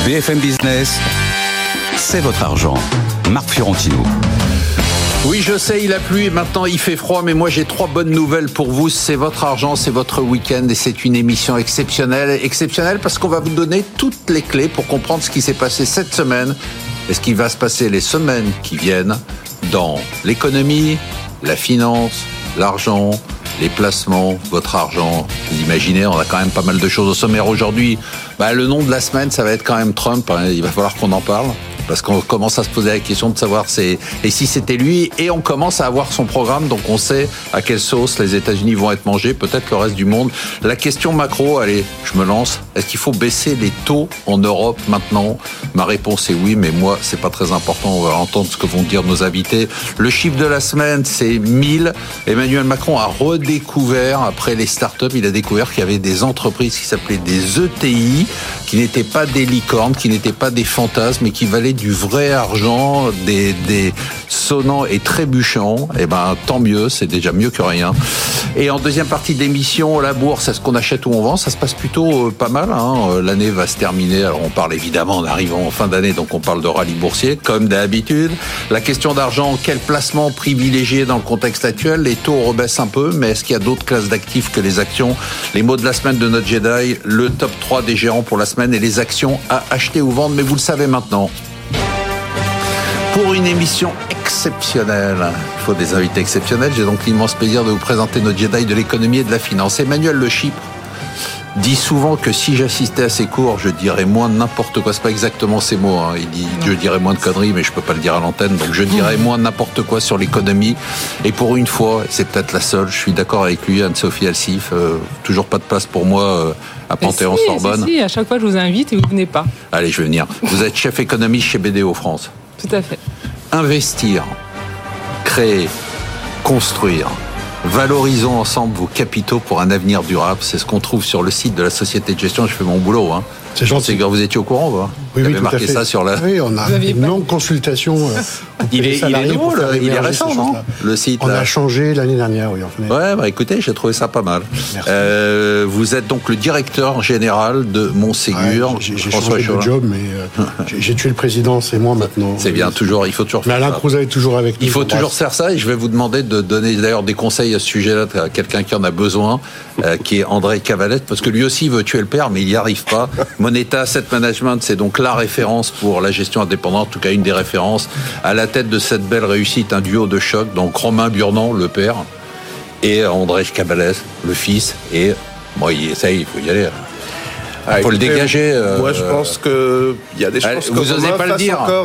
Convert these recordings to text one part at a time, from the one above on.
BFM Business, c'est votre argent. Marc Fiorentino. Oui, je sais, il a plu et maintenant il fait froid, mais moi j'ai 3 bonnes nouvelles pour vous. C'est votre argent, c'est votre week-end et c'est une émission exceptionnelle. Exceptionnelle parce qu'on va vous donner toutes les clés pour comprendre ce qui s'est passé cette semaine et ce qui va se passer les semaines qui viennent dans l'économie, la finance, l'argent, les placements, votre argent. Vous imaginez, on a quand même pas mal de choses au sommaire aujourd'hui. Le nom de la semaine, ça va être quand même Trump. Il va falloir qu'on en parle. Parce qu'on commence à se poser la question de savoir et si c'était lui, et on commence à avoir son programme, donc on sait à quelle sauce les États-Unis vont être mangés, peut-être le reste du monde. La question macro, allez, je me lance. Est-ce qu'il faut baisser les taux en Europe maintenant ? Ma réponse est oui, mais moi, c'est pas très important. On va entendre ce que vont dire nos invités. Le chiffre de la semaine, c'est 1000. Emmanuel Macron a redécouvert, après les startups, il a découvert qu'il y avait des entreprises qui s'appelaient des ETI, qui n'étaient pas des licornes, qui n'étaient pas des fantasmes, mais qui valaient du vrai argent, des sonnants et trébuchants. Tant mieux, c'est déjà mieux que rien. Et en deuxième partie de l'émission, la bourse, est-ce qu'on achète ou on vend ? Ça se passe plutôt pas mal. L'année va se terminer. Alors on parle évidemment en arrivant en fin d'année, donc on parle de rallye boursier, comme d'habitude. La question d'argent, quel placement privilégié dans le contexte actuel ? Les taux rebaissent un peu, mais est-ce qu'il y a d'autres classes d'actifs que les actions ? Les mots de la semaine de notre Jedi, le top 3 des gérants pour la semaine et les actions à acheter ou vendre, mais vous le savez maintenant. Pour une émission exceptionnelle, il faut des invités exceptionnels. J'ai donc l'immense plaisir de vous présenter notre Jedi de l'économie et de la finance. Emmanuel Le Chypre dit souvent que si j'assistais à ses cours, je dirais moins de n'importe quoi. C'est pas exactement ces mots. Il dit je dirais moins de conneries, mais je peux pas le dire à l'antenne. Donc je dirais moins de n'importe quoi sur l'économie. Et pour une fois, c'est peut-être la seule, je suis d'accord avec lui, Anne-Sophie Alsif. Toujours pas de place pour moi à Panthéon-Sorbonne. Si, à chaque fois je vous invite et vous venez pas. Allez, je vais venir. Vous êtes chef économiste chez BDO France. Tout à fait. Investir, créer, construire. Valorisons ensemble vos capitaux pour un avenir durable. C'est ce qu'on trouve sur le site de la société de gestion. Je fais mon boulot. C'est gentil. Vous étiez au courant, vous ? Oui, vous avez tout marqué à fait. Ça sur la... Oui, on a une longue consultation. Il est drôle, il est récent, non ? Le site. On a changé l'année dernière, oui. Écoutez, j'ai trouvé ça pas mal. Merci. Vous êtes donc le directeur général de Montségur. J'ai changé de job, mais j'ai tué le président, c'est moi maintenant. C'est bien, toujours, il faut toujours faire ça. Mais Alain Crouzet est toujours avec nous. Il faut toujours faire ça, et je vais vous demander de donner d'ailleurs des conseils à ce sujet-là à quelqu'un qui en a besoin, qui est André Cavalette, parce que lui aussi veut tuer le père, mais il n'y arrive pas. Moneta Asset Management, c'est donc la référence pour la gestion indépendante, en tout cas une des références. À la tête de cette belle réussite, un duo de choc, donc Romain Burnand, le père, et André Cavalette, le fils, et ça y est, il faut y aller. Il faut le dégager. Moi, je pense qu'il y a des chances que vous osez pas le dire. Encore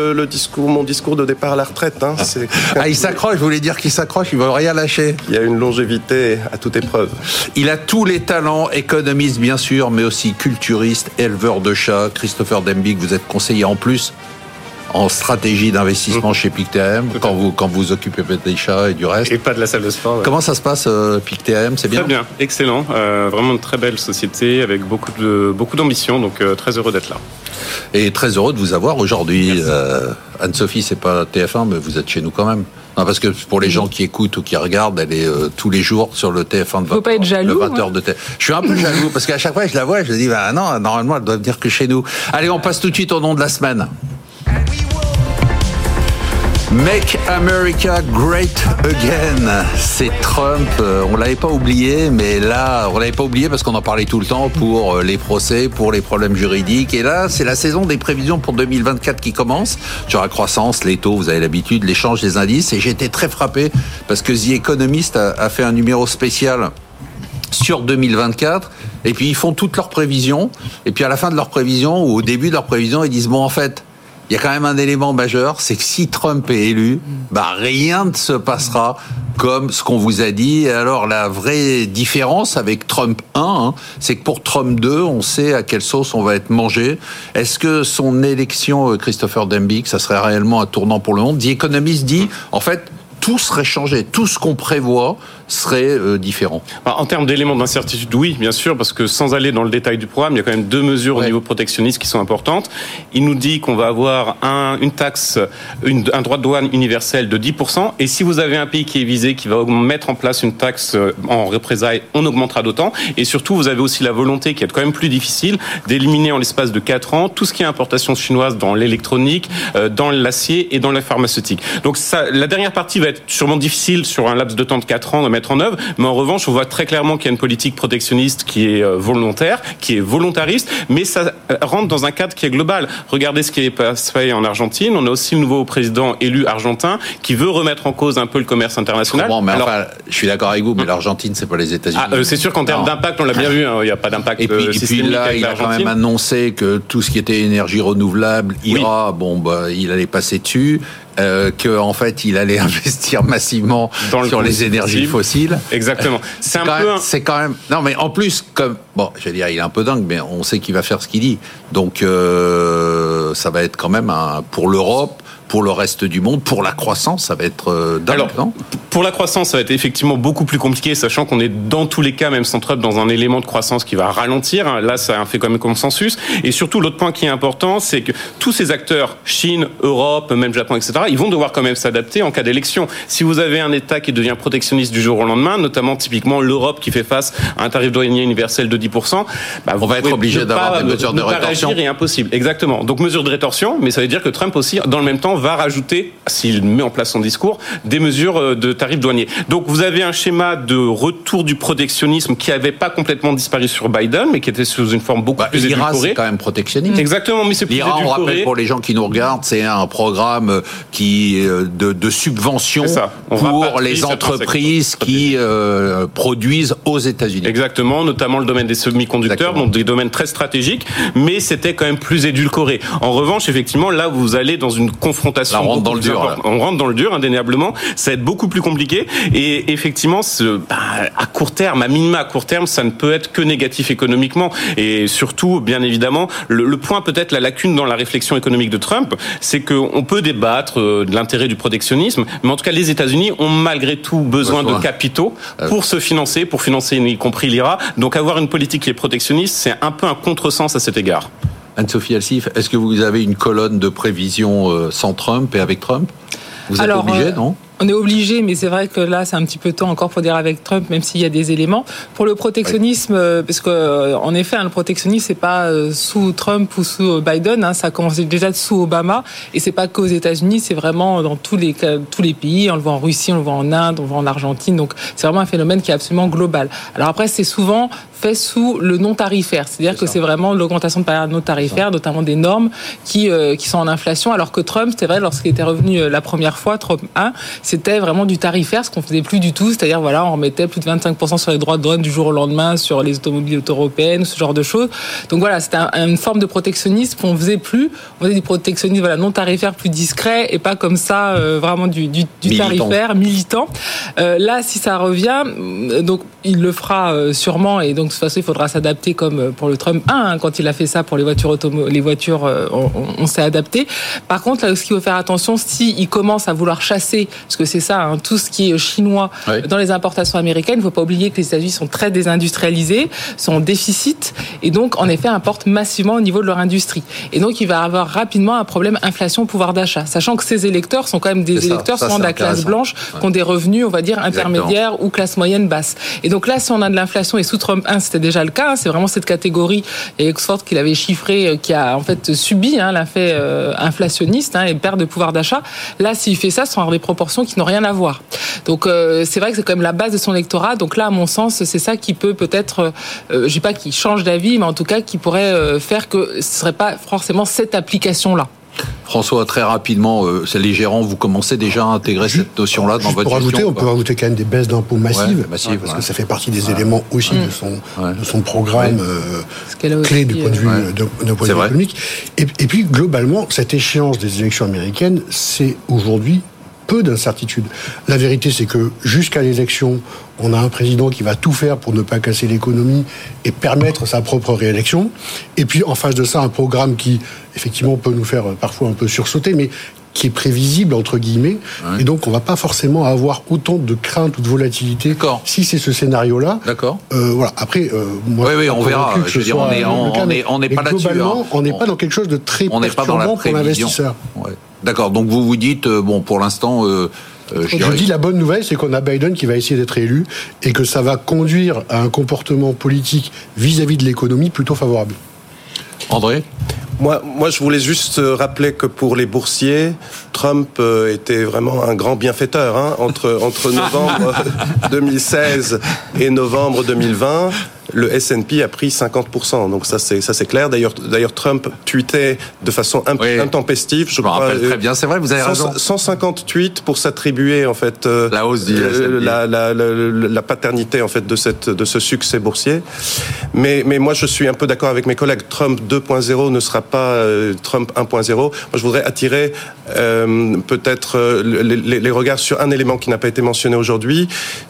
mon discours de départ à la retraite. Il s'accroche, je voulais dire qu'il s'accroche, il ne veut rien lâcher. Il y a une longévité à toute épreuve. Il a tous les talents, économiste bien sûr, mais aussi culturiste, éleveur de chats. Christopher Dembick, vous êtes conseiller en plus en stratégie d'investissement chez Pictet, quand vous occupez des chats et du reste. Et pas de la salle de sport. Ouais. Comment ça se passe, Pictet? C'est bien? Très bien, excellent. Vraiment une très belle société avec beaucoup d'ambition, donc très heureux d'être là. Et très heureux de vous avoir aujourd'hui. Anne-Sophie, c'est pas TF1, mais vous êtes chez nous quand même. Non, parce que pour les gens qui écoutent ou qui regardent, elle est tous les jours sur le TF1 de 20h. Faut pas être jaloux. 20h de TF1. Je suis un peu jaloux parce qu'à chaque fois je la vois, je me dis non, normalement elle doit venir que chez nous. Allez, on passe tout de suite au nom de la semaine. Make America Great Again, c'est Trump. On l'avait pas oublié, mais là, on l'avait pas oublié parce qu'on en parlait tout le temps pour les procès, pour les problèmes juridiques. Et là, c'est la saison des prévisions pour 2024 qui commence. Sur la croissance, les taux, vous avez l'habitude, l'échange des indices. Et j'ai été très frappé parce que The Economist a fait un numéro spécial sur 2024. Et puis, ils font toutes leurs prévisions. Et puis, à la fin de leurs prévisions ou au début de leurs prévisions, ils disent, bon, en fait, il y a quand même un élément majeur, c'est que si Trump est élu, rien ne se passera comme ce qu'on vous a dit. Et alors la vraie différence avec Trump 1, c'est que pour Trump 2, on sait à quelle sauce on va être mangé. Est-ce que son élection, Christopher Dembick, ça serait réellement un tournant pour le monde? The Economist dit, en fait, tout serait changé. Tout ce qu'on prévoit, serait différent. En termes d'éléments d'incertitude, oui, bien sûr, parce que sans aller dans le détail du programme, il y a quand même 2 mesures au niveau protectionniste qui sont importantes. Il nous dit qu'on va avoir une taxe, un droit de douane universel de 10%, et si vous avez un pays qui est visé, qui va mettre en place une taxe en représailles, on augmentera d'autant. Et surtout, vous avez aussi la volonté, qui est quand même plus difficile, d'éliminer en l'espace de 4 ans tout ce qui est importation chinoise dans l'électronique, dans l'acier et dans la pharmaceutique. Donc ça, la dernière partie va être sûrement difficile sur un laps de temps de 4 ans de mettre en œuvre, mais en revanche, on voit très clairement qu'il y a une politique protectionniste qui est volontaire, qui est volontariste, mais ça rentre dans un cadre qui est global. Regardez ce qui est passé en Argentine. On a aussi le nouveau président élu argentin qui veut remettre en cause un peu le commerce international. Je suis d'accord avec vous, mais l'Argentine, c'est pas les États-Unis. C'est sûr qu'en termes d'impact, on l'a bien vu, il n'y a pas d'impact systémique. Et puis là, il a quand même annoncé que tout ce qui était énergie renouvelable, il allait passer dessus. Qu'en fait, il allait investir massivement sur les énergies fossiles. Exactement. C'est quand même. Non, mais en plus, je vais dire, il est un peu dingue, mais on sait qu'il va faire ce qu'il dit. Donc, ça va être quand même pour l'Europe, pour le reste du monde, pour la croissance, ça va être dingue, non ? Pour la croissance, ça va être effectivement beaucoup plus compliqué, sachant qu'on est dans tous les cas, même sans Trump, dans un élément de croissance qui va ralentir. Là, ça fait quand même consensus. Et surtout, l'autre point qui est important, c'est que tous ces acteurs, Chine, Europe, même Japon, etc., ils vont devoir quand même s'adapter en cas d'élection. Si vous avez un État qui devient protectionniste du jour au lendemain, notamment typiquement l'Europe qui fait face à un tarif douanier universel de 10%, on va être obligé d'avoir des mesures de rétorsion. Réagir est impossible. Exactement. Donc mesures de rétorsion, mais ça veut dire que Trump aussi, dans le même temps, va rajouter, s'il met en place son discours, des mesures de tarifs douaniers. Donc vous avez un schéma de retour du protectionnisme qui n'avait pas complètement disparu sur Biden, mais qui était sous une forme beaucoup plus édulcorée. L'IRA, c'est quand même protectionniste. Exactement, mais c'est plus édulcoré. L'IRA, on rappelle pour les gens qui nous regardent, c'est un programme de subvention pour les entreprises qui produisent aux États-Unis. Exactement, notamment le domaine des semi-conducteurs, donc des domaines très stratégiques, mais c'était quand même plus édulcoré. En revanche, effectivement, là, vous allez dans une confrontation. Là, on rentre dans le dur. On rentre dans le dur, indéniablement. Ça va être beaucoup plus compliqué. Et effectivement, à court terme, à minima à court terme, ça ne peut être que négatif économiquement. Et surtout, bien évidemment, le point peut-être, la lacune dans la réflexion économique de Trump, c'est qu'on peut débattre de l'intérêt du protectionnisme, mais en tout cas, les États-Unis ont malgré tout besoin de capitaux pour se financer, y compris l'IRA. Donc avoir une politique qui est protectionniste, c'est un peu un contresens à cet égard. Anne-Sophie Alsif, est-ce que vous avez une colonne de prévision sans Trump et avec Trump ? Vous êtes obligé, non ? On est obligé, mais c'est vrai que là, c'est un petit peu tôt encore pour dire avec Trump, même s'il y a des éléments. Pour le protectionnisme, parce que en effet, le protectionnisme, c'est pas sous Trump ou sous Biden, ça commence déjà sous Obama, et c'est pas qu'aux États-Unis, c'est vraiment dans tous les pays. On le voit en Russie, on le voit en Inde, on le voit en Argentine. Donc, c'est vraiment un phénomène qui est absolument global. Alors après, c'est souvent fait sous le non tarifaire, c'est-à-dire que c'est vraiment l'augmentation de période non tarifaire, notamment des normes qui sont en inflation. Alors que Trump, c'est vrai, lorsqu'il était revenu la première fois, Trump 1, c'était vraiment du tarifaire, ce qu'on faisait plus du tout, c'est-à-dire on remettait plus de 25% sur les droits de douane du jour au lendemain sur les automobiles européennes, ce genre de choses. Donc voilà, c'était une forme de protectionnisme qu'on faisait plus. On faisait du protectionnisme non tarifaire plus discret et pas comme ça vraiment du tarifaire militant. Là, si ça revient, donc il le fera sûrement, et donc de toute façon il faudra s'adapter comme pour le Trump 1 quand il a fait ça pour les voitures on s'est adapté. Par contre, là, ce qu'il faut faire attention, si il commence à vouloir chasser, parce que c'est ça, tout ce qui est chinois dans les importations américaines, il ne faut pas oublier que les États-Unis sont très désindustrialisés, sont en déficit, et donc en effet importent massivement au niveau de leur industrie. Et donc il va avoir rapidement un problème inflation pouvoir d'achat, sachant que ces électeurs sont quand même des électeurs souvent de la classe blanche, qui ont des revenus, on va dire, intermédiaires ou classe moyenne basse. Et donc là, si on a de l'inflation, et sous Trump 1, c'était déjà le cas, c'est vraiment cette catégorie, et Oxford qui l'avait chiffré, qui a en fait subi l'effet inflationniste et perte de pouvoir d'achat. Là, s'il fait ça, ce sont des proportions qui n'ont rien à voir. Donc c'est vrai que c'est quand même la base de son électorat. Donc là, à mon sens, c'est ça qui peut peut-être, je dis pas qu'il change d'avis, mais en tout cas qui pourrait faire que ce serait pas forcément cette application-là. François, très rapidement, les gérants, vous commencez déjà à intégrer cette notion-là dans votre gestion? On peut rajouter quand même des baisses d'impôts massives, parce que ça fait partie des éléments aussi de son programme clé du point de vue, d'un point de vue économique. Et puis, globalement, cette échéance des élections américaines, c'est aujourd'hui peu d'incertitude. La vérité, c'est que jusqu'à l'élection, on a un président qui va tout faire pour ne pas casser l'économie et permettre sa propre réélection. Et puis, en face de ça, un programme qui, effectivement, peut nous faire parfois un peu sursauter, mais qui est prévisible, entre guillemets, et donc on ne va pas forcément avoir autant de crainte ou de volatilité si c'est ce scénario-là. D'accord. Voilà. Après, moi, on verra. Je veux dire, on n'est pas là-dessus. On n'est pas dans quelque chose de très perturbant pour l'investisseur. Ouais. D'accord. Donc vous vous dites, pour l'instant... je dis la bonne nouvelle, c'est qu'on a Biden qui va essayer d'être élu et que ça va conduire à un comportement politique vis-à-vis de l'économie plutôt favorable. André ? Moi, je voulais juste rappeler que pour les boursiers, Trump était vraiment un grand bienfaiteur. Entre novembre 2016 et novembre 2020, le S&P a pris 50%. Donc ça c'est clair. D'ailleurs, Trump tweetait de façon intempestive. Je crois. Très bien, c'est vrai, vous avez raison. 150 tweets pour s'attribuer en fait la hausse la paternité en fait de ce succès boursier. Mais moi je suis un peu d'accord avec mes collègues. Trump 2.0 ne sera pas Trump 1.0. Moi je voudrais attirer peut-être les regards sur un élément qui n'a pas été mentionné aujourd'hui.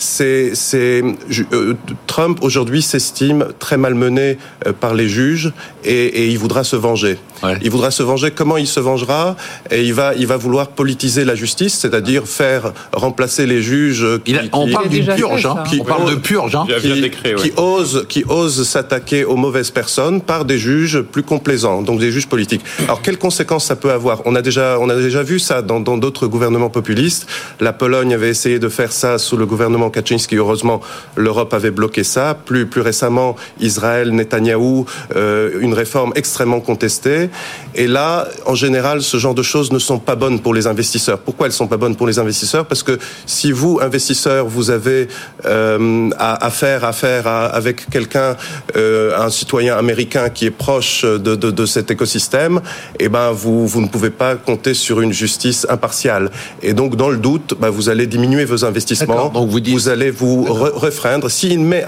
Trump aujourd'hui s'estime très malmené par les juges et il voudra se venger. Ouais. Il voudra se venger. Comment il se vengera ? Et il va vouloir politiser la justice, c'est-à-dire faire remplacer les juges. On parle d'une purge. On parle de purge. Qui osent s'attaquer aux mauvaises personnes par des juges plus complaisants, donc des juges politiques. Alors quelles conséquences ça peut avoir ? On a déjà vu ça dans d'autres gouvernements populistes. La Pologne avait essayé de faire ça sous le gouvernement Kaczynski. Heureusement, l'Europe avait bloqué ça. Plus récemment, Israël, Netanyahou, une réforme extrêmement contestée. Et là, en général, ce genre de choses ne sont pas bonnes pour les investisseurs. Pourquoi elles sont pas bonnes pour les investisseurs ? Parce que si vous, investisseurs, vous avez affaire avec quelqu'un, un citoyen américain qui est proche de cet écosystème, eh ben vous ne pouvez pas compter sur une justice impartiale. Et donc, dans le doute, vous allez diminuer vos investissements. Donc vous allez vous refreindre. S'il met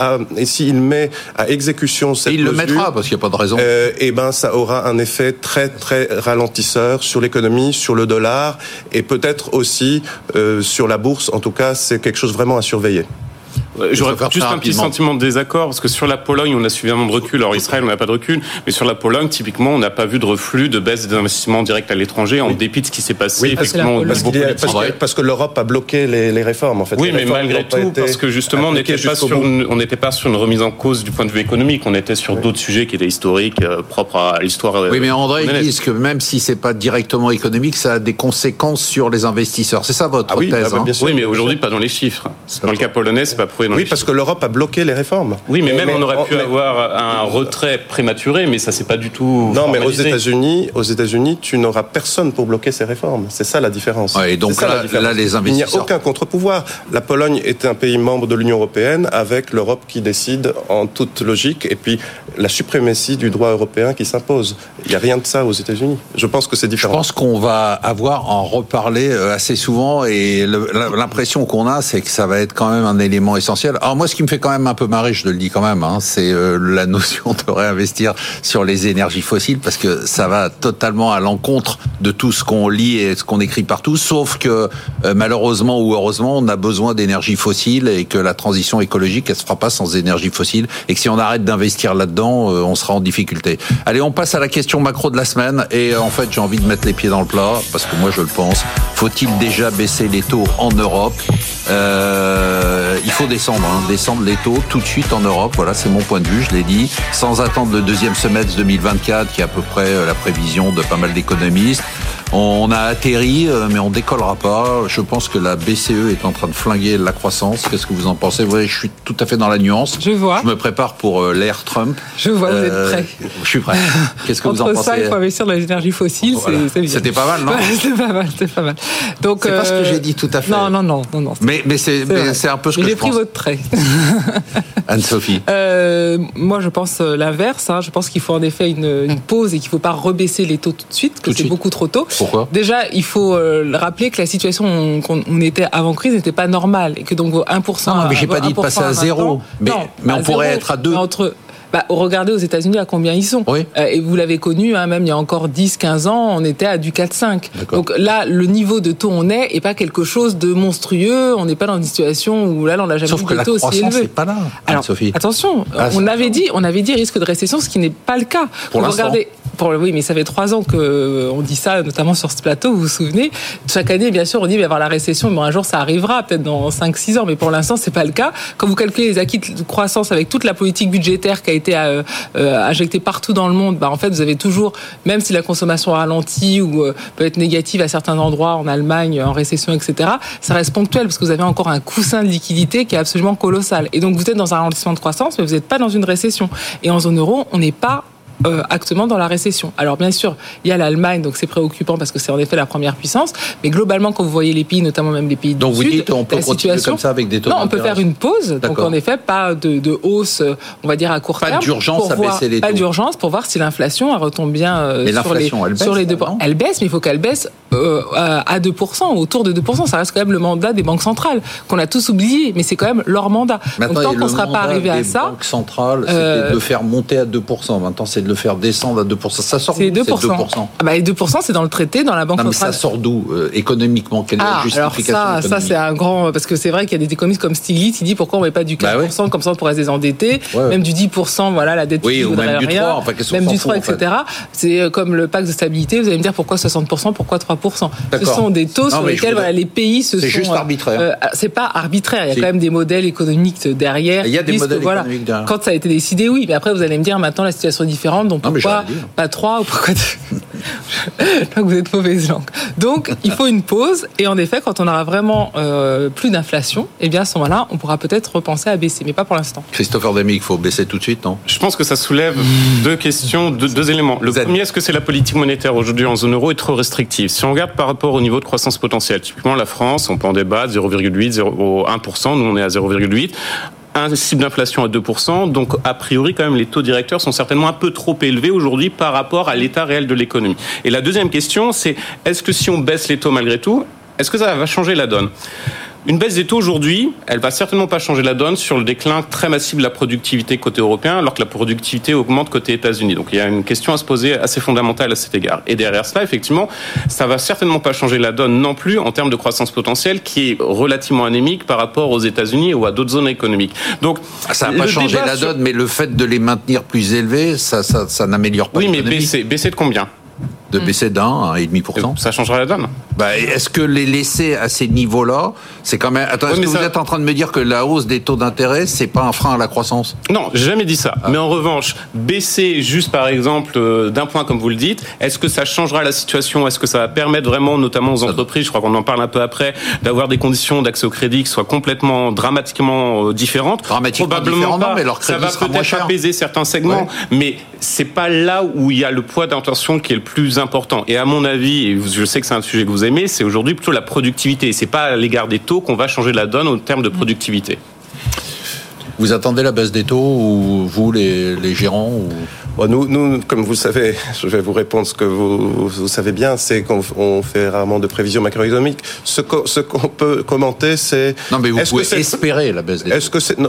à exécution cette mesure, il le mettra parce qu'il n'y a pas de raison. Ça aura un effet très très ralentisseur sur l'économie, sur le dollar et peut-être aussi sur la bourse. En tout cas, c'est quelque chose vraiment à surveiller. J'aurais juste un petit sentiment de désaccord parce que sur la Pologne on a suffisamment de recul. Alors Israël on n'a pas de recul, mais sur la Pologne typiquement on n'a pas vu de reflux, de baisse des investissements directs à l'étranger en dépit de ce qui s'est passé. Effectivement, parce que l'Europe a bloqué les réformes en fait. Oui, mais malgré tout parce que justement on n'était pas sur une remise en cause du point de vue économique, on était sur d'autres sujets qui étaient historiques, propres à l'histoire. Oui, mais André dit que même si c'est pas directement économique, ça a des conséquences sur les investisseurs. C'est ça votre thèse. Oui, mais aujourd'hui pas dans les chiffres. Dans le cas polonais, c'est pas prouvé. Oui, parce que l'Europe a bloqué les réformes. Oui, mais même on aurait pu avoir un retrait prématuré, mais ça c'est pas du tout. Non, mais aux États-Unis, tu n'auras personne pour bloquer ces réformes. C'est ça la différence. Ouais, et donc là, les investisseurs. Il n'y a aucun contre-pouvoir. La Pologne est un pays membre de l'Union européenne, avec l'Europe qui décide en toute logique, et puis la suprématie du droit européen qui s'impose. Il n'y a rien de ça aux États-Unis. Je pense que c'est différent. Je pense qu'on va avoir en reparler assez souvent, et l'impression qu'on a, c'est que ça va être quand même un élément essentiel. Alors moi, ce qui me fait quand même un peu marrer, je le dis quand même, c'est la notion de réinvestir sur les énergies fossiles, parce que ça va totalement à l'encontre de tout ce qu'on lit et ce qu'on écrit partout, sauf que malheureusement ou heureusement, on a besoin d'énergie fossile et que la transition écologique, elle se fera pas sans énergie fossile, et que si on arrête d'investir là-dedans, on sera en difficulté. Allez, on passe à la question macro de la semaine, et en fait, j'ai envie de mettre les pieds dans le plat, parce que moi, je le pense. Faut-il déjà baisser les taux en Europe ? Il faut descendre les taux tout de suite en Europe. Voilà, c'est mon point de vue, je l'ai dit, sans attendre le deuxième semestre 2024, qui est à peu près la prévision de pas mal d'économistes. On a atterri, mais on décollera pas. Je pense que la BCE est en train de flinguer la croissance. Qu'est-ce que vous en pensez ? Vous voyez, je suis tout à fait dans la nuance. Je vois. Je me prépare pour l'ère Trump. Je vois, vous êtes prêt. Je suis prêt. Qu'est-ce que vous en pensez ? Entre ça, il faut investir dans les énergies fossiles, voilà. C'est bien. C'était pas mal, non ? C'est pas mal. Donc, c'est pas ce que j'ai dit tout à fait. Non. Mais c'est un peu ce que je pense. J'ai pris votre trait. Anne-Sophie. Moi, je pense l'inverse. Je pense qu'il faut en effet une pause et qu'il ne faut pas rebaisser les taux tout de suite, que c'est beaucoup trop tôt. Pourquoi ? Déjà, il faut rappeler que la situation qu'on était avant crise n'était pas normale et que donc vos 1%. Non, mais j'ai pas dit de passer à 0. Mais on pourrait être à 2. Regardez aux États-Unis à combien ils sont. Oui. Et vous l'avez connu, même il y a encore 10-15 ans, on était à du 4-5. D'accord. Donc là, le niveau de taux on est pas quelque chose de monstrueux. On n'est pas dans une situation où là, on n'a jamais vu des taux aussi élevés. Sauf que la croissance n'est pas là, Alors, Sophie. Attention, on avait dit risque de récession, ce qui n'est pas le cas. Pour l'instant. Oui, mais ça fait 3 ans qu'on dit ça, notamment sur ce plateau, vous vous souvenez. Chaque année, bien sûr, on dit qu'il va y avoir la récession, mais un jour ça arrivera, peut-être dans 5-6 ans, mais pour l'instant, c'est pas le cas. Quand vous calculez les acquis de croissance avec toute la politique budgétaire qui a été injectée partout dans le monde, en fait, vous avez toujours, même si la consommation ralentit ou peut être négative à certains endroits, en Allemagne, en récession, etc., ça reste ponctuel parce que vous avez encore un coussin de liquidité qui est absolument colossal. Et donc, vous êtes dans un ralentissement de croissance, mais vous n'êtes pas dans une récession. Et en zone euro, on n'est pas actuellement dans la récession. Alors bien sûr, il y a l'Allemagne, donc c'est préoccupant parce que c'est en effet la première puissance, mais globalement quand vous voyez les pays, notamment même les pays du Sud, donc vous dites on peut continuer comme ça avec des taux d'intérêt. Non, on peut faire une pause, donc en effet pas de hausse, on va dire à court terme. Pas d'urgence à baisser les taux. Pas d'urgence pour voir si l'inflation elle retombe bien sur les 2%. Elle baisse, mais il faut qu'elle baisse à 2%, autour de 2%. Ça reste quand même le mandat des banques centrales qu'on a tous oublié, mais c'est quand même leur mandat. Maintenant, donc tant qu'on ne sera pas arrivé à ça, les banques centrales, c'était de le faire monter à 2%. Maintenant, c'est de le faire descendre à 2%. Ça sort d'où, ces 2%? Les 2%, c'est dans le traité, dans la banque centrale. Mais ça sort d'où économiquement? Quelle est la justification économique? Ça, c'est un grand... Parce que c'est vrai qu'il y a des économistes comme Stiglitz, il dit pourquoi on ne met pas du 4%, comme ça on pourrait se désendetter, même du 10%, voilà, la dette publique voudrait rien, même du 3, etc. C'est comme le pacte de stabilité, vous allez me dire pourquoi 60%, pourquoi 3%? Ce sont des taux sur lesquels les pays se sont... C'est juste arbitraire. C'est pas arbitraire, il y a quand même des modèles économiques derrière. Il y a des modèles économiques derrière. Quand ça a été décidé, oui, mais après vous allez me dire maintenant la situation est différente, donc pourquoi pas 3 ou pourquoi 2? Je crois que vous êtes mauvaise langue. Donc il faut une pause, et en effet quand on aura vraiment plus d'inflation, eh bien à ce moment-là on pourra peut-être repenser à baisser, mais pas pour l'instant. Christopher Demy, il faut baisser tout de suite, non? Je pense que ça soulève deux questions, deux éléments. Le premier, est-ce que c'est la politique monétaire aujourd'hui en zone euro est trop restrictive? Si on regarde par rapport au niveau de croissance potentielle, typiquement la France, on peut en débattre, 0,8, 1%, nous on est à 0,8. Un cible d'inflation à 2%, donc a priori quand même les taux directeurs sont certainement un peu trop élevés aujourd'hui par rapport à l'état réel de l'économie. Et la deuxième question, c'est est-ce que si on baisse les taux malgré tout, est-ce que ça va changer la donne? Une baisse des taux aujourd'hui, elle va certainement pas changer la donne sur le déclin très massif de la productivité côté européen, alors que la productivité augmente côté États-Unis. Donc il y a une question à se poser assez fondamentale à cet égard. Et derrière cela, effectivement, ça va certainement pas changer la donne non plus en termes de croissance potentielle, qui est relativement anémique par rapport aux États-Unis ou à d'autres zones économiques. Donc ça va pas changer la donne, mais le fait de les maintenir plus élevés, ça n'améliore pas. Oui, mais baisser de combien? De baisser d'1,5%. Ça changera la donne. Est-ce que les laisser à ces niveaux-là, c'est quand même... Attends, est-ce que vous êtes en train de me dire que la hausse des taux d'intérêt, c'est pas un frein à la croissance? Non, j'ai jamais dit ça. Mais en revanche, baisser juste par exemple d'un point comme vous le dites, est-ce que ça changera la situation? Est-ce que ça va permettre vraiment, notamment aux entreprises, je crois qu'on en parle un peu après, d'avoir des conditions d'accès au crédit qui soient complètement, dramatiquement différentes? Probablement pas. Mais leur crédit ça va peut-être apaiser certains segments, mais c'est pas là où il y a le poids d'intention qui est le plus important. Et à mon avis, et je sais que c'est un sujet que vous aimez, c'est aujourd'hui plutôt la productivité. Et c'est pas à l'égard des taux qu'on va changer la donne en termes de productivité. Vous attendez la baisse des taux, ou vous, les gérants ou... Nous, comme vous le savez, je vais vous répondre ce que vous savez bien, c'est qu'on fait rarement de prévisions macroéconomiques. Ce qu'on peut commenter, c'est... Non, mais vous pouvez espérer la baisse des taux. Est-ce que c'est... Non,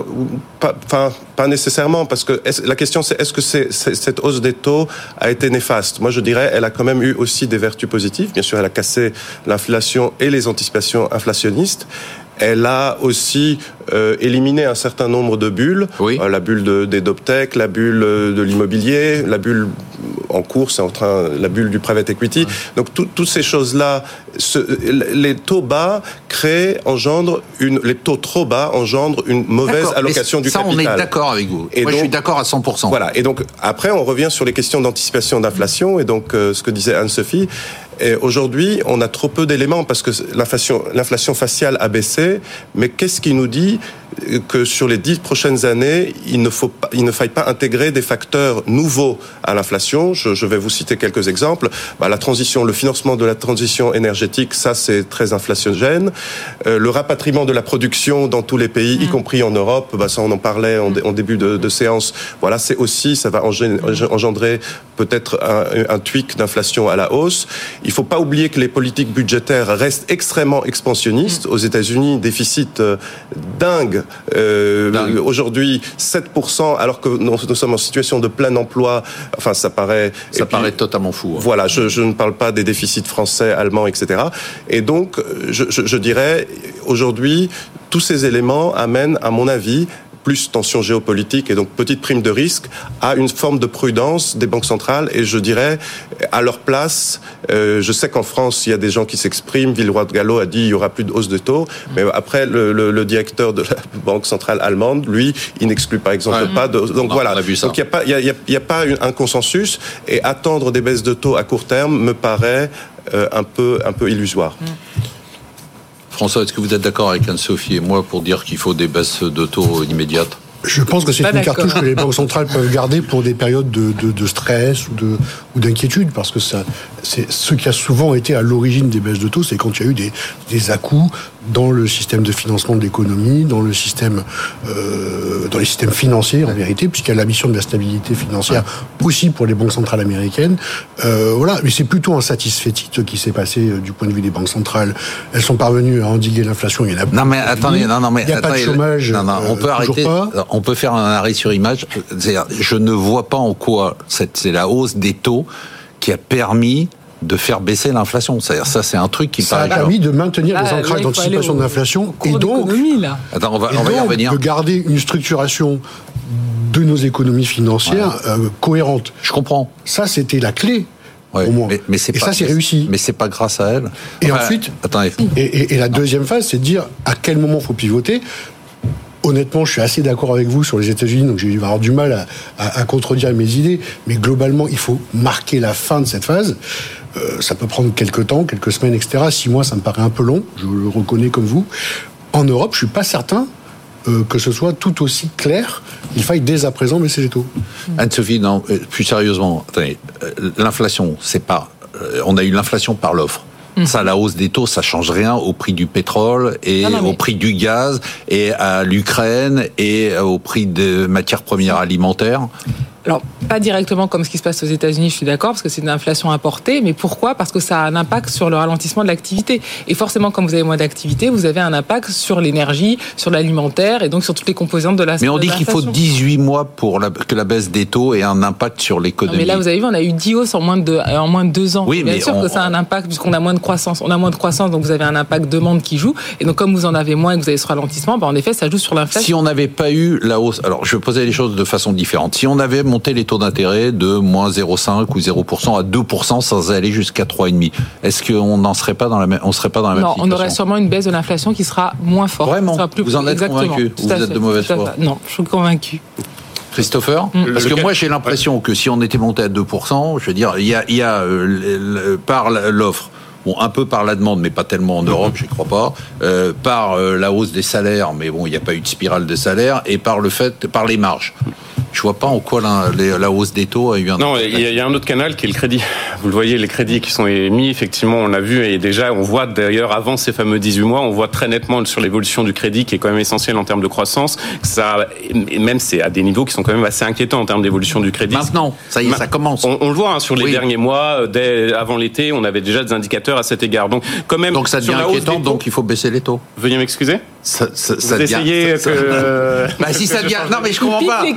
pas nécessairement, parce que la question c'est est-ce que cette hausse des taux a été néfaste? Moi, je dirais, elle a quand même eu aussi des vertus positives. Bien sûr, elle a cassé l'inflation et les anticipations inflationnistes. Elle a aussi éliminé un certain nombre de bulles, la bulle des DopTech, la bulle de l'immobilier, la bulle en cours, la bulle du private equity. Donc toutes ces choses-là, les taux bas les taux trop bas engendrent une mauvaise allocation du capital. Ça, on est d'accord avec vous. Moi, je suis d'accord à 100%. Voilà. Et donc après, on revient sur les questions d'anticipation d'inflation et donc ce que disait Anne-Sophie. Et aujourd'hui, on a trop peu d'éléments parce que l'inflation faciale a baissé. Mais qu'est-ce qui nous dit que sur les 10 prochaines années, il ne faille pas intégrer des facteurs nouveaux à l'inflation? Je vais vous citer quelques exemples. Le financement de la transition énergétique, ça c'est très inflatiogène. Le rapatriement de la production dans tous les pays, y compris en Europe, ça on en parlait en début de séance. Voilà, ça va engendrer peut-être un tweak d'inflation à la hausse. Il ne faut pas oublier que les politiques budgétaires restent extrêmement expansionnistes. Aux États-Unis, déficit dingue. Aujourd'hui, 7%, alors que nous sommes en situation de plein emploi. Enfin, ça paraît totalement fou. Hein. Voilà, je ne parle pas des déficits français, allemands, etc. Et donc, je dirais, aujourd'hui, tous ces éléments amènent, à mon avis, plus tension géopolitique et donc petite prime de risque, à une forme de prudence des banques centrales. Et je dirais, à leur place, je sais qu'en France, il y a des gens qui s'expriment. Villeroy de Galhau a dit il y aura plus de hausse de taux. Mais après, le directeur de la Banque centrale allemande, lui, il n'exclut par exemple pas de... Donc voilà. Donc il n'y a pas un consensus. Et attendre des baisses de taux à court terme me paraît un peu illusoire. François, est-ce que vous êtes d'accord avec Anne-Sophie et moi pour dire qu'il faut des baisses de taux immédiates ? Je pense que c'est une cartouche que les banques centrales peuvent garder pour des périodes de stress ou d'inquiétude, parce que c'est ce qui a souvent été à l'origine des baisses de taux, c'est quand il y a eu des à-coups dans le système de financement de l'économie, dans les systèmes financiers en vérité, puisqu'il y a la mission de la stabilité financière aussi pour les banques centrales américaines. Voilà, mais c'est plutôt un satisfait qui s'est passé du point de vue des banques centrales. Elles sont parvenues à endiguer l'inflation. Il y en a. Non mais attendez, il n'y a pas de chômage. On peut arrêter. On peut faire un arrêt sur image. C'est-à-dire, je ne vois pas en quoi c'est la hausse des taux qui a permis de faire baisser l'inflation. C'est-à-dire, ça, c'est un truc qui paraît... Ça a permis de maintenir les ancrages d'anticipation de l'inflation et donc Attends, on va y revenir. De garder une structuration de nos économies financières cohérente. Je comprends. Ça, c'était la clé. Ouais, au moins. Mais c'est ça, c'est réussi. Mais c'est pas grâce à elle. Et ensuite, attendez. Et la deuxième phase, c'est de dire à quel moment il faut pivoter. Honnêtement, je suis assez d'accord avec vous sur les États-Unis, donc je vais avoir du mal à contredire mes idées. Mais globalement, il faut marquer la fin de cette phase. Ça peut prendre quelques temps, quelques semaines, etc. 6 mois, ça me paraît un peu long, je le reconnais comme vous. En Europe, je suis pas certain que ce soit tout aussi clair. Il faille dès à présent baisser les taux. Anne-Sophie, non, plus sérieusement, attendez, l'inflation, c'est pas... on a eu l'inflation par l'offre. Ça, la hausse des taux, ça change rien au prix du pétrole et au prix du gaz et à l'Ukraine et au prix des matières premières alimentaires. Alors, pas directement comme ce qui se passe aux États-Unis, je suis d'accord, parce que c'est une inflation importée, mais pourquoi ? Parce que ça a un impact sur le ralentissement de l'activité. Et forcément, quand vous avez moins d'activité, vous avez un impact sur l'énergie, sur l'alimentaire, et donc sur toutes les composantes de la Mais on dit qu'il faut 18 mois pour que la baisse des taux ait un impact sur l'économie. Non, mais là, vous avez vu, on a eu 10 hausses en moins de 2 ans. Oui, bien sûr que ça a un impact, puisqu'on a moins de croissance. On a moins de croissance, donc vous avez un impact demande qui joue. Et donc, comme vous en avez moins et que vous avez ce ralentissement, en effet, ça joue sur l'inflation. Si on n'avait pas eu la hausse... Alors, je vais poser les choses de façon différente. Si on avait monté les taux d'intérêt de moins 0,5 ou 0% à 2% sans aller jusqu'à 3,5%. Est-ce qu'on n'en serait pas dans la même, on serait pas dans la même situation ? Non, on aurait sûrement une baisse de l'inflation qui sera moins forte. Vraiment ? Sera plus... Vous en êtes convaincu ? Ou vous êtes de mauvaise foi ? Non, je suis convaincu. Christopher ? Parce que moi, j'ai l'impression que si on était monté à 2%, je veux dire, il y a par l'offre, bon, un peu par la demande, mais pas tellement en Europe, je ne crois pas, par la hausse des salaires, mais bon, il n'y a pas eu de spirale de salaire, et par les marges. Je vois pas en quoi la hausse des taux a eu un... Non, il y a un autre canal qui est le crédit. Vous le voyez, les crédits qui sont émis, effectivement, on l'a vu, et déjà, on voit d'ailleurs, avant ces fameux 18 mois, on voit très nettement sur l'évolution du crédit, qui est quand même essentielle en termes de croissance, ça, même c'est à des niveaux qui sont quand même assez inquiétants en termes d'évolution du crédit. Maintenant, ça y est, ça commence. On le voit, sur les derniers mois, avant l'été, on avait déjà des indicateurs à cet égard. Donc, quand même, donc ça devient inquiétant, donc il faut baisser les taux. Veuillez m'excuser. Ça vous essayez que... Bah, si ça devient... Non, mais je comprends pas.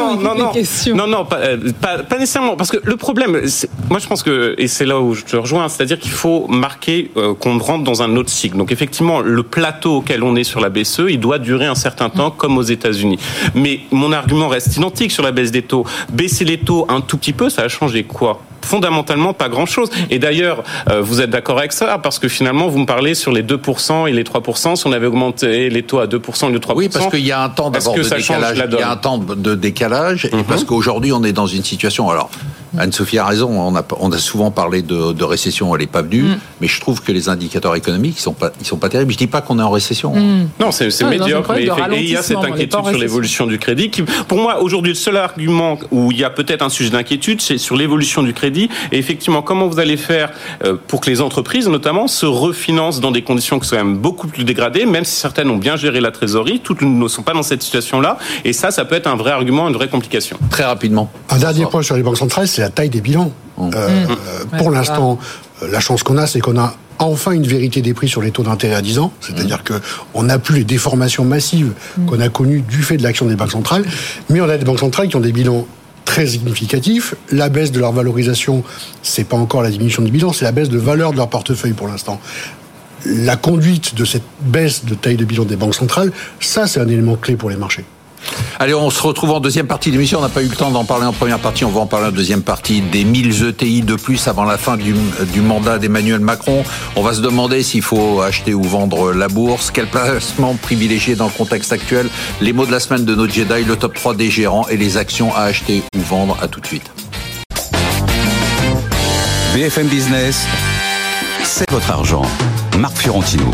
Non, pas nécessairement. Parce que le problème, moi je pense que, et c'est là où je te rejoins, c'est-à-dire qu'il faut marquer qu'on rentre dans un autre cycle. Donc effectivement, le plateau auquel on est sur la BCE, il doit durer un certain temps, comme aux États-Unis. Mais mon argument reste identique sur la baisse des taux. Baisser les taux un tout petit peu, ça a changé quoi ? Fondamentalement, pas grand-chose. Et d'ailleurs, vous êtes d'accord avec ça, parce que finalement, vous me parlez sur les 2% et les 3%, si on avait augmenté les taux à 2% et le 3%... Oui, parce qu'il y a un temps d'abord de décalage. Il y a un temps de décalage, et parce qu'aujourd'hui, on est dans une situation... Alors, Anne-Sophie a raison, on a souvent parlé de récession, elle n'est pas venue, mais je trouve que les indicateurs économiques, ils sont pas terribles. Je dis pas qu'on est en récession. Non, c'est médiocre, mais il y a cette inquiétude sur l'évolution du crédit, qui, pour moi, aujourd'hui, le seul argument où il y a peut-être un sujet d'inquiétude, c'est sur l'évolution du crédit. Et effectivement, comment vous allez faire pour que les entreprises, notamment, se refinancent dans des conditions qui sont quand même beaucoup plus dégradées, même si certaines ont bien géré la trésorerie, toutes ne sont pas dans cette situation-là. Et ça peut être un vrai argument, une vraie complication. Très rapidement. Un dernier point sur les banques centrales, c'est la taille des bilans. Pour l'instant, la chance qu'on a, c'est qu'on a enfin une vérité des prix sur les taux d'intérêt à 10 ans, c'est-à-dire qu'on n'a plus les déformations massives qu'on a connues du fait de l'action des banques centrales, mais on a des banques centrales qui ont des bilans très significatif. La baisse de leur valorisation, c'est pas encore la diminution du bilan, c'est la baisse de valeur de leur portefeuille pour l'instant. La conduite de cette baisse de taille de bilan des banques centrales, ça, c'est un élément clé pour les marchés. Allez, on se retrouve en deuxième partie de l'émission. On n'a pas eu le temps d'en parler en première partie. On va en parler en deuxième partie des 1000 ETI de plus avant la fin du mandat d'Emmanuel Macron. On va se demander s'il faut acheter ou vendre la bourse. Quel placement privilégié dans le contexte actuel? Les mots de la semaine de nos Jedi, le top 3 des gérants et les actions à acheter ou vendre. À tout de suite. BFM Business, c'est votre argent. Marc Fiorentino.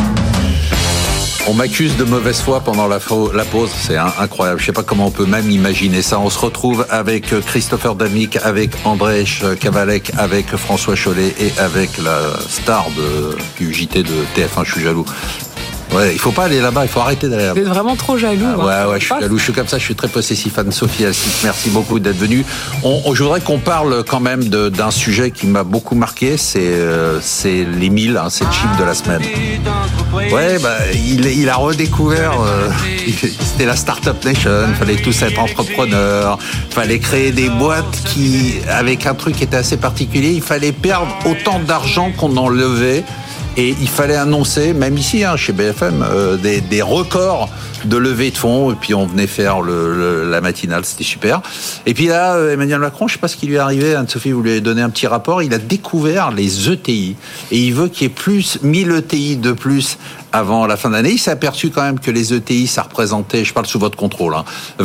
On m'accuse de mauvaise foi pendant la pause, c'est incroyable. Je sais pas comment on peut même imaginer ça. On se retrouve avec Christopher Damick, avec André Kavalek, avec François Chollet et avec la star du JT de TF1. Je suis jaloux. Ouais, il faut pas aller là-bas, il faut arrêter d'aller là-bas. Vous êtes vraiment trop jaloux. Ouais, je suis jaloux, je suis comme ça, je suis très possessif. Anne-Sophie Alcic, merci beaucoup d'être venue. Je voudrais qu'on parle quand même d'un sujet qui m'a beaucoup marqué, c'est les 1000, hein, c'est le chiffre de la semaine. Ouais, il a redécouvert, c'était la Startup Nation, il fallait tous être entrepreneurs, il fallait créer des boîtes avec un truc qui était assez particulier, il fallait perdre autant d'argent qu'on en levait. Et il fallait annoncer, même ici, chez BFM, des records de levée de fonds. Et puis on venait faire la matinale, c'était super. Et puis là, Emmanuel Macron, je ne sais pas ce qui lui est arrivé. Anne-Sophie, vous lui avez donné un petit rapport. Il a découvert les ETI. Et il veut qu'il y ait 1000 ETI de plus avant la fin d'année. Il s'est aperçu quand même que les ETI, ça représentait, je parle sous votre contrôle,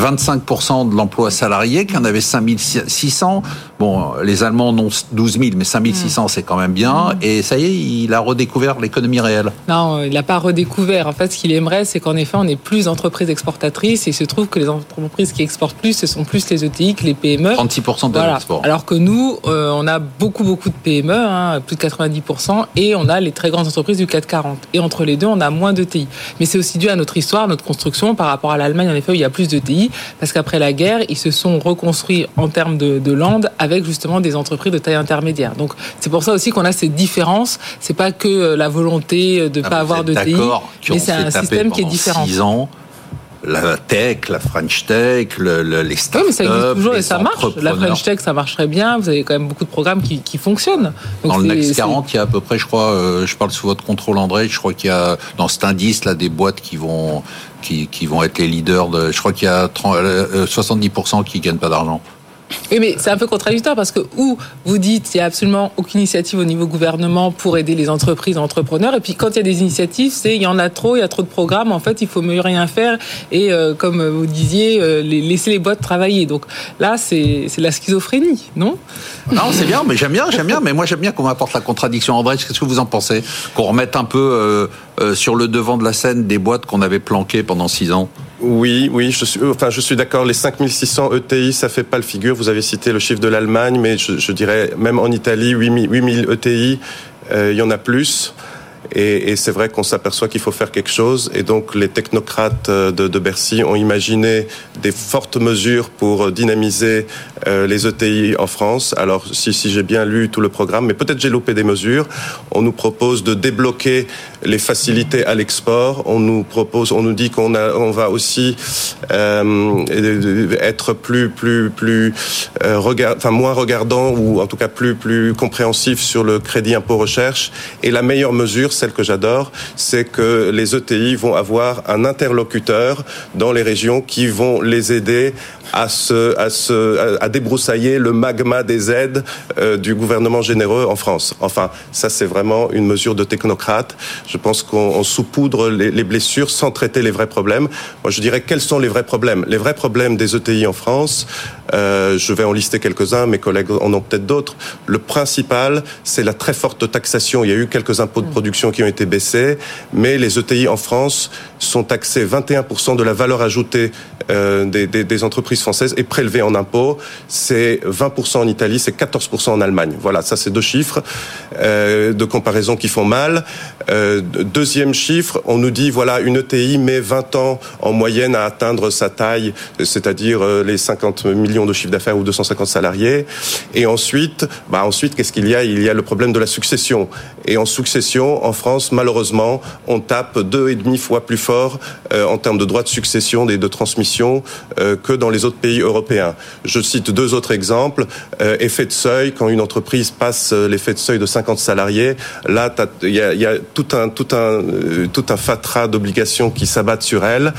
25% de l'emploi salarié, qu'il y en avait 5600. Bon, les Allemands en ont 12 000, mais 5600, c'est quand même bien. Et ça y est, il a redécouvert l'économie réelle. Non, il n'a pas redécouvert. En fait, ce qu'il aimerait, c'est qu'en effet, on ait plus d'entreprises exportatrices. Et il se trouve que les entreprises qui exportent plus, ce sont plus les ETI que les PME. 36% de l'export. Alors que nous, on a beaucoup de PME, plus de 90%, et on a les très grandes entreprises du CAC 40. Et entre les deux, on a moins d'ETI. Mais c'est aussi dû à notre histoire, notre construction par rapport à l'Allemagne, en effet, où il y a plus d'ETI, parce qu'après la guerre, ils se sont reconstruits en termes de land avec justement des entreprises de taille intermédiaire. Donc c'est pour ça aussi qu'on a ces différences. C'est pas que la volonté de ne pas avoir d'ETI, mais c'est un système qui est différent. 6 ans. La tech, la French Tech, les startups. Oui, mais ça existe toujours et ça marche. La French Tech, ça marcherait bien. Vous avez quand même beaucoup de programmes qui fonctionnent. Donc dans le Next 40, il y a à peu près, je crois, je parle sous votre contrôle, André, je crois qu'il y a dans cet indice là des boîtes qui vont être les leaders. Je crois qu'il y a 70% qui gagnent pas d'argent. Oui, mais c'est un peu contradictoire parce que vous dites qu'il n'y a absolument aucune initiative au niveau gouvernement pour aider les entreprises, les entrepreneurs, et puis quand il y a des initiatives, il y en a trop, il y a trop de programmes, en fait, il faut mieux rien faire et comme vous disiez, laisser les boîtes travailler. Donc là, c'est la schizophrénie, non? Non, c'est bien, mais j'aime bien, mais moi j'aime bien qu'on m'apporte la contradiction. André, qu'est-ce que vous en pensez? Qu'on remette un peu sur le devant de la scène des boîtes qu'on avait planquées pendant 6 ans? Oui, je suis d'accord. Les 5600 ETI, ça fait pas le figure. Vous avez cité le chiffre de l'Allemagne, mais je dirais même en Italie, 8000 ETI, il y en a plus. Et c'est vrai qu'on s'aperçoit qu'il faut faire quelque chose. Et donc, les technocrates de Bercy ont imaginé des fortes mesures pour dynamiser les ETI en France. Alors, si j'ai bien lu tout le programme, mais peut-être j'ai loupé des mesures. On nous propose de débloquer les facilités à l'export. On nous dit qu'on va aussi être moins regardant ou en tout cas plus compréhensif sur le crédit impôt recherche. Et la meilleure mesure, celle que j'adore, c'est que les ETI vont avoir un interlocuteur dans les régions qui vont les aider à débroussailler le magma des aides du gouvernement généreux en France. Enfin, ça c'est vraiment une mesure de technocrate. Je pense qu'on saupoudre les blessures sans traiter les vrais problèmes. Moi, je dirais quels sont les vrais problèmes. Les vrais problèmes des ETI en France, je vais en lister quelques-uns, mes collègues en ont peut-être d'autres. Le principal, c'est la très forte taxation. Il y a eu quelques impôts de production qui ont été baissés, mais les ETI en France sont taxés 21% de la valeur ajoutée des entreprises françaises est prélevée en impôts. C'est 20% en Italie, c'est 14% en Allemagne. Voilà, ça c'est 2 chiffres de comparaison qui font mal. Deuxième chiffre, on nous dit voilà, une ETI met 20 ans en moyenne à atteindre sa taille, c'est-à-dire les 50 millions millions de chiffre d'affaires ou 250 salariés. Et ensuite, qu'est-ce qu'il y a ? Il y a le problème de la succession. Et en succession, en France, malheureusement, on tape 2,5 fois plus fort en termes de droits de succession et de transmission que dans les autres pays européens. Je cite 2 autres exemples. Effet de seuil, quand une entreprise passe l'effet de seuil de 50 salariés, là, il y a tout un fatras d'obligations qui s'abattent sur elle.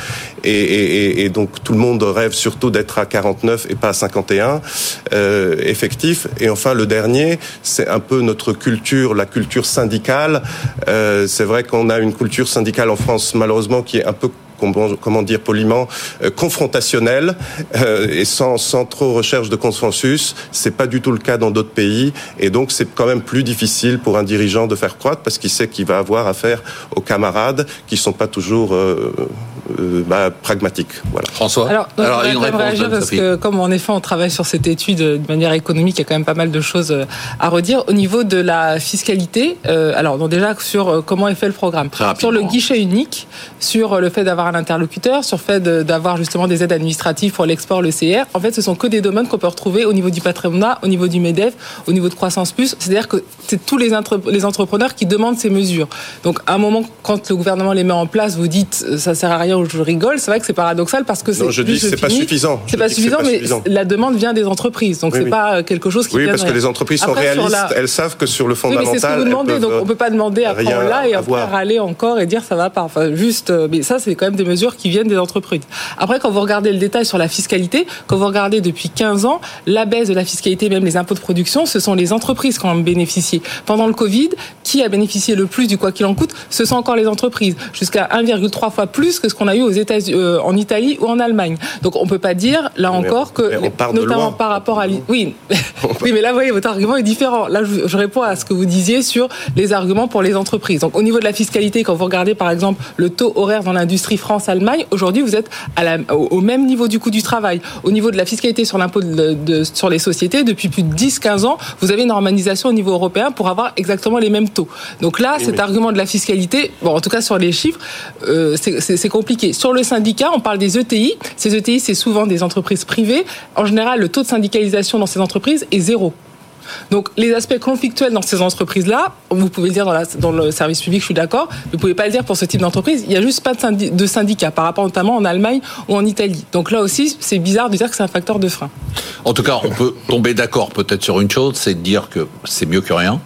Et donc, tout le monde rêve surtout d'être à 49 et pas à 51 effectifs. Et enfin, le dernier, c'est un peu notre culture, la culture syndicale. C'est vrai qu'on a une culture syndicale en France, malheureusement, qui est un peu, comment dire poliment, confrontationnelle et sans trop recherche de consensus. C'est pas du tout le cas dans d'autres pays, et donc c'est quand même plus difficile pour un dirigeant de faire croître parce qu'il sait qu'il va avoir affaire aux camarades qui sont pas toujours pragmatiques. Voilà. François. Alors une réponse réagir parce que comme en effet on travaille sur cette étude de manière économique, il y a quand même pas mal de choses à redire au niveau de la fiscalité. Alors donc déjà sur comment est fait le programme, sur le guichet unique, sur le fait d'avoir un interlocuteur, sur le fait d'avoir justement des aides administratives pour l'export, le CR. En fait, ce sont que des domaines qu'on peut retrouver au niveau du patronat, au niveau du MEDEF, au niveau de Croissance Plus. C'est-à-dire que c'est tous les entrepreneurs qui demandent ces mesures. Donc, à un moment, quand le gouvernement les met en place, vous dites ça sert à rien ou je rigole. C'est vrai que c'est paradoxal parce que je dis que c'est pas suffisant. C'est pas suffisant, mais la demande vient des entreprises. Donc, c'est pas quelque chose qui vient. Oui, parce que les entreprises sont réalistes. Elles savent que sur le fondamental. Oui, mais c'est ce que vous demandez. Donc, on peut pas demander après on l'a et après râler encore et dire ça va pas. Enfin, juste. Mais ça, c'est quand même des mesures qui viennent des entreprises. Après, quand vous regardez le détail sur la fiscalité, quand vous regardez depuis 15 ans, la baisse de la fiscalité, même les impôts de production, ce sont les entreprises qui en ont bénéficié. Pendant le Covid, qui a bénéficié le plus du quoi qu'il en coûte ? Ce sont encore les entreprises. Jusqu'à 1,3 fois plus que ce qu'on a eu aux États-Unis, en Italie ou en Allemagne. Donc, on peut pas dire, là encore, que, notamment par rapport à... Oui, oui, mais là, vous voyez, votre argument est différent. Là, je réponds à ce que vous disiez sur les arguments pour les entreprises. Donc, au niveau de la fiscalité, quand vous regardez, par exemple, le taux horaire dans l'industrie France-Allemagne, aujourd'hui, vous êtes au même niveau du coût du travail. Au niveau de la fiscalité sur l'impôt sur les sociétés, depuis plus de 10-15 ans, vous avez une harmonisation au niveau européen pour avoir exactement les mêmes taux. Donc là, cet argument de la fiscalité, bon, en tout cas sur les chiffres, c'est compliqué. Sur le syndicat, on parle des ETI. Ces ETI, c'est souvent des entreprises privées. En général, le taux de syndicalisation dans ces entreprises est 0. Donc, les aspects conflictuels dans ces entreprises-là, vous pouvez le dire dans le service public, je suis d'accord, mais vous ne pouvez pas le dire pour ce type d'entreprise. Il n'y a juste pas de syndicat par rapport notamment en Allemagne ou en Italie. Donc là aussi, c'est bizarre de dire que c'est un facteur de frein. En tout cas, on peut tomber d'accord peut-être sur une chose, c'est de dire que c'est mieux que rien.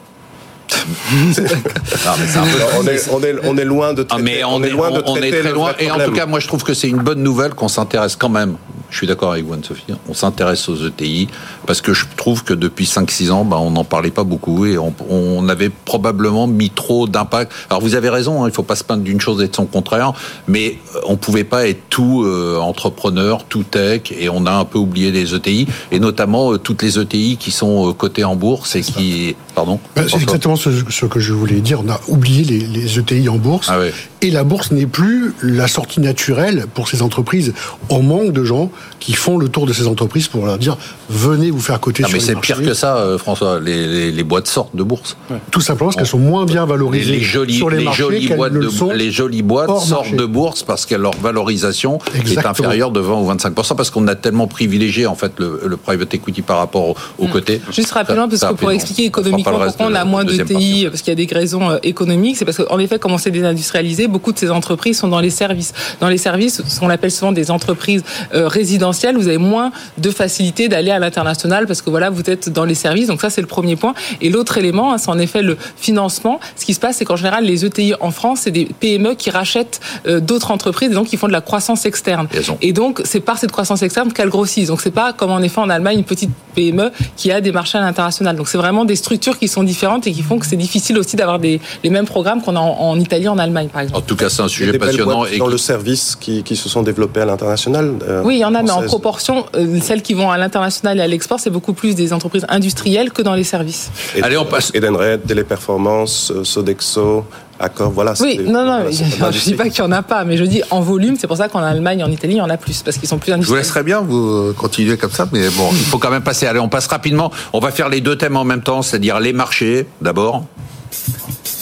On est loin de traiter. On est très loin. Et en tout cas, moi, je trouve que c'est une bonne nouvelle qu'on s'intéresse quand même. Je suis d'accord avec vous, Anne-Sophie. On s'intéresse aux ETI parce que je trouve que depuis 5-6 ans, on n'en parlait pas beaucoup et on avait probablement mis trop d'impact. Alors, vous avez raison, il ne faut pas se plaindre d'une chose et de son contraire, mais on ne pouvait pas être tout entrepreneur, tout tech, et on a un peu oublié les ETI, et notamment toutes les ETI qui sont cotées en bourse et qui... Pardon ? C'est exactement ce que je voulais dire. On a oublié les ETI en bourse. Ah ouais. Et la bourse n'est plus la sortie naturelle pour ces entreprises. On manque de gens qui font le tour de ces entreprises pour leur dire venez vous faire coter sur les marchés. Mais c'est pire que ça, François. Les boîtes sortent de bourse. Ouais. Tout simplement parce qu'elles sont moins bien valorisées sur les marchés les jolies boîtes sortent de bourse parce que leur valorisation est inférieure de 20 ou 25%, parce qu'on a tellement privilégié en fait le private equity par rapport aux côtés. Juste rapidement, parce que pour expliquer économiquement pourquoi on a moins d'ETI, parce qu'il y a des raisons économiques, c'est parce qu'en effet, comme on s'est désindustrialisé, beaucoup de ces entreprises sont dans les services. Dans les services, ce qu'on appelle souvent des entreprises résidentielles, vous avez moins de facilité d'aller à l'international parce que voilà, vous êtes dans les services. Donc ça, c'est le premier point. Et l'autre élément, c'est en effet le financement. Ce qui se passe, c'est qu'en général, les ETI en France, c'est des PME qui rachètent d'autres entreprises et donc qui font de la croissance externe. Et donc, c'est par cette croissance externe qu'elles grossissent. Donc c'est pas comme en effet en Allemagne, une petite PME qui a des marchés à l'international. Donc c'est vraiment des structures qui sont différentes et qui font que c'est difficile aussi d'avoir les mêmes programmes qu'on a en Italie, en Allemagne, par exemple. En tout cas, c'est un sujet passionnant. Et dans le service qui se sont développés à l'international. Oui, il y en a, mais en proportion, celles qui vont à l'international et à l'export, c'est beaucoup plus des entreprises industrielles que dans les services. Allez, on passe. Edenred, Téléperformance, Sodexo, Accor, voilà. Oui, non, je ne dis pas qu'il n'y en a pas, mais je dis en volume, c'est pour ça qu'en Allemagne et en Italie, il y en a plus, parce qu'ils sont plus industriels. Je vous laisserai bien, vous continuez comme ça, mais bon, il faut quand même passer. Allez, on passe rapidement. On va faire les deux thèmes en même temps, c'est-à-dire les marchés, d'abord.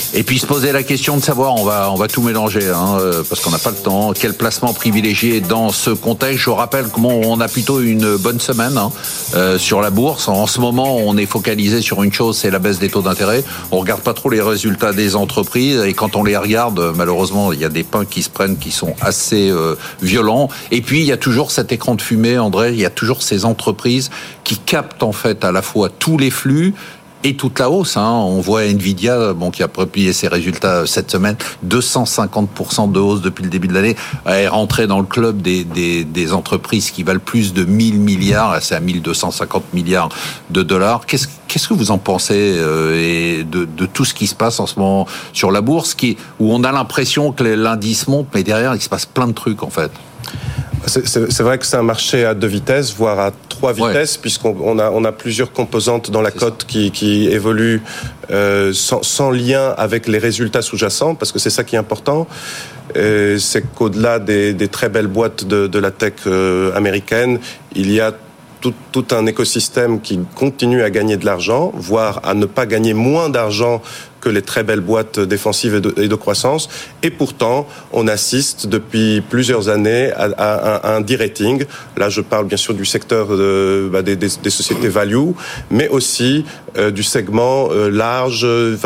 Et puis se poser la question de savoir, on va tout mélanger, parce qu'on n'a pas le temps. Quel placement privilégié dans ce contexte? Je rappelle qu'on a plutôt une bonne semaine sur la bourse. En ce moment, on est focalisé sur une chose, c'est la baisse des taux d'intérêt. On regarde pas trop les résultats des entreprises, et quand on les regarde, malheureusement, il y a des pains qui se prennent qui sont assez violents. Et puis il y a toujours cet écran de fumée, André. Il y a toujours ces entreprises qui captent en fait à la fois tous les flux et toute la hausse. On voit Nvidia, qui a publié ses résultats cette semaine, 250% de hausse depuis le début de l'année, est rentrée dans le club des entreprises qui valent plus de 1000 milliards, c'est à 1250 milliards de dollars. Qu'est-ce que vous en pensez de tout ce qui se passe en ce moment sur la bourse, où on a l'impression que l'indice monte, mais derrière il se passe plein de trucs en fait? C'est vrai que c'est un marché à 2 vitesses, voire à 3 vitesses, puisqu'on a plusieurs composantes dans la cote qui évoluent sans lien avec les résultats sous-jacents, parce que c'est ça qui est important. C'est qu'au-delà des très belles boîtes de la tech américaine, il y a tout un écosystème qui continue à gagner de l'argent, voire à ne pas gagner moins d'argent que les très belles boîtes défensives et de croissance. Et pourtant, on assiste depuis plusieurs années à un de-rating. Là, je parle bien sûr du secteur des sociétés value, mais aussi du segment large,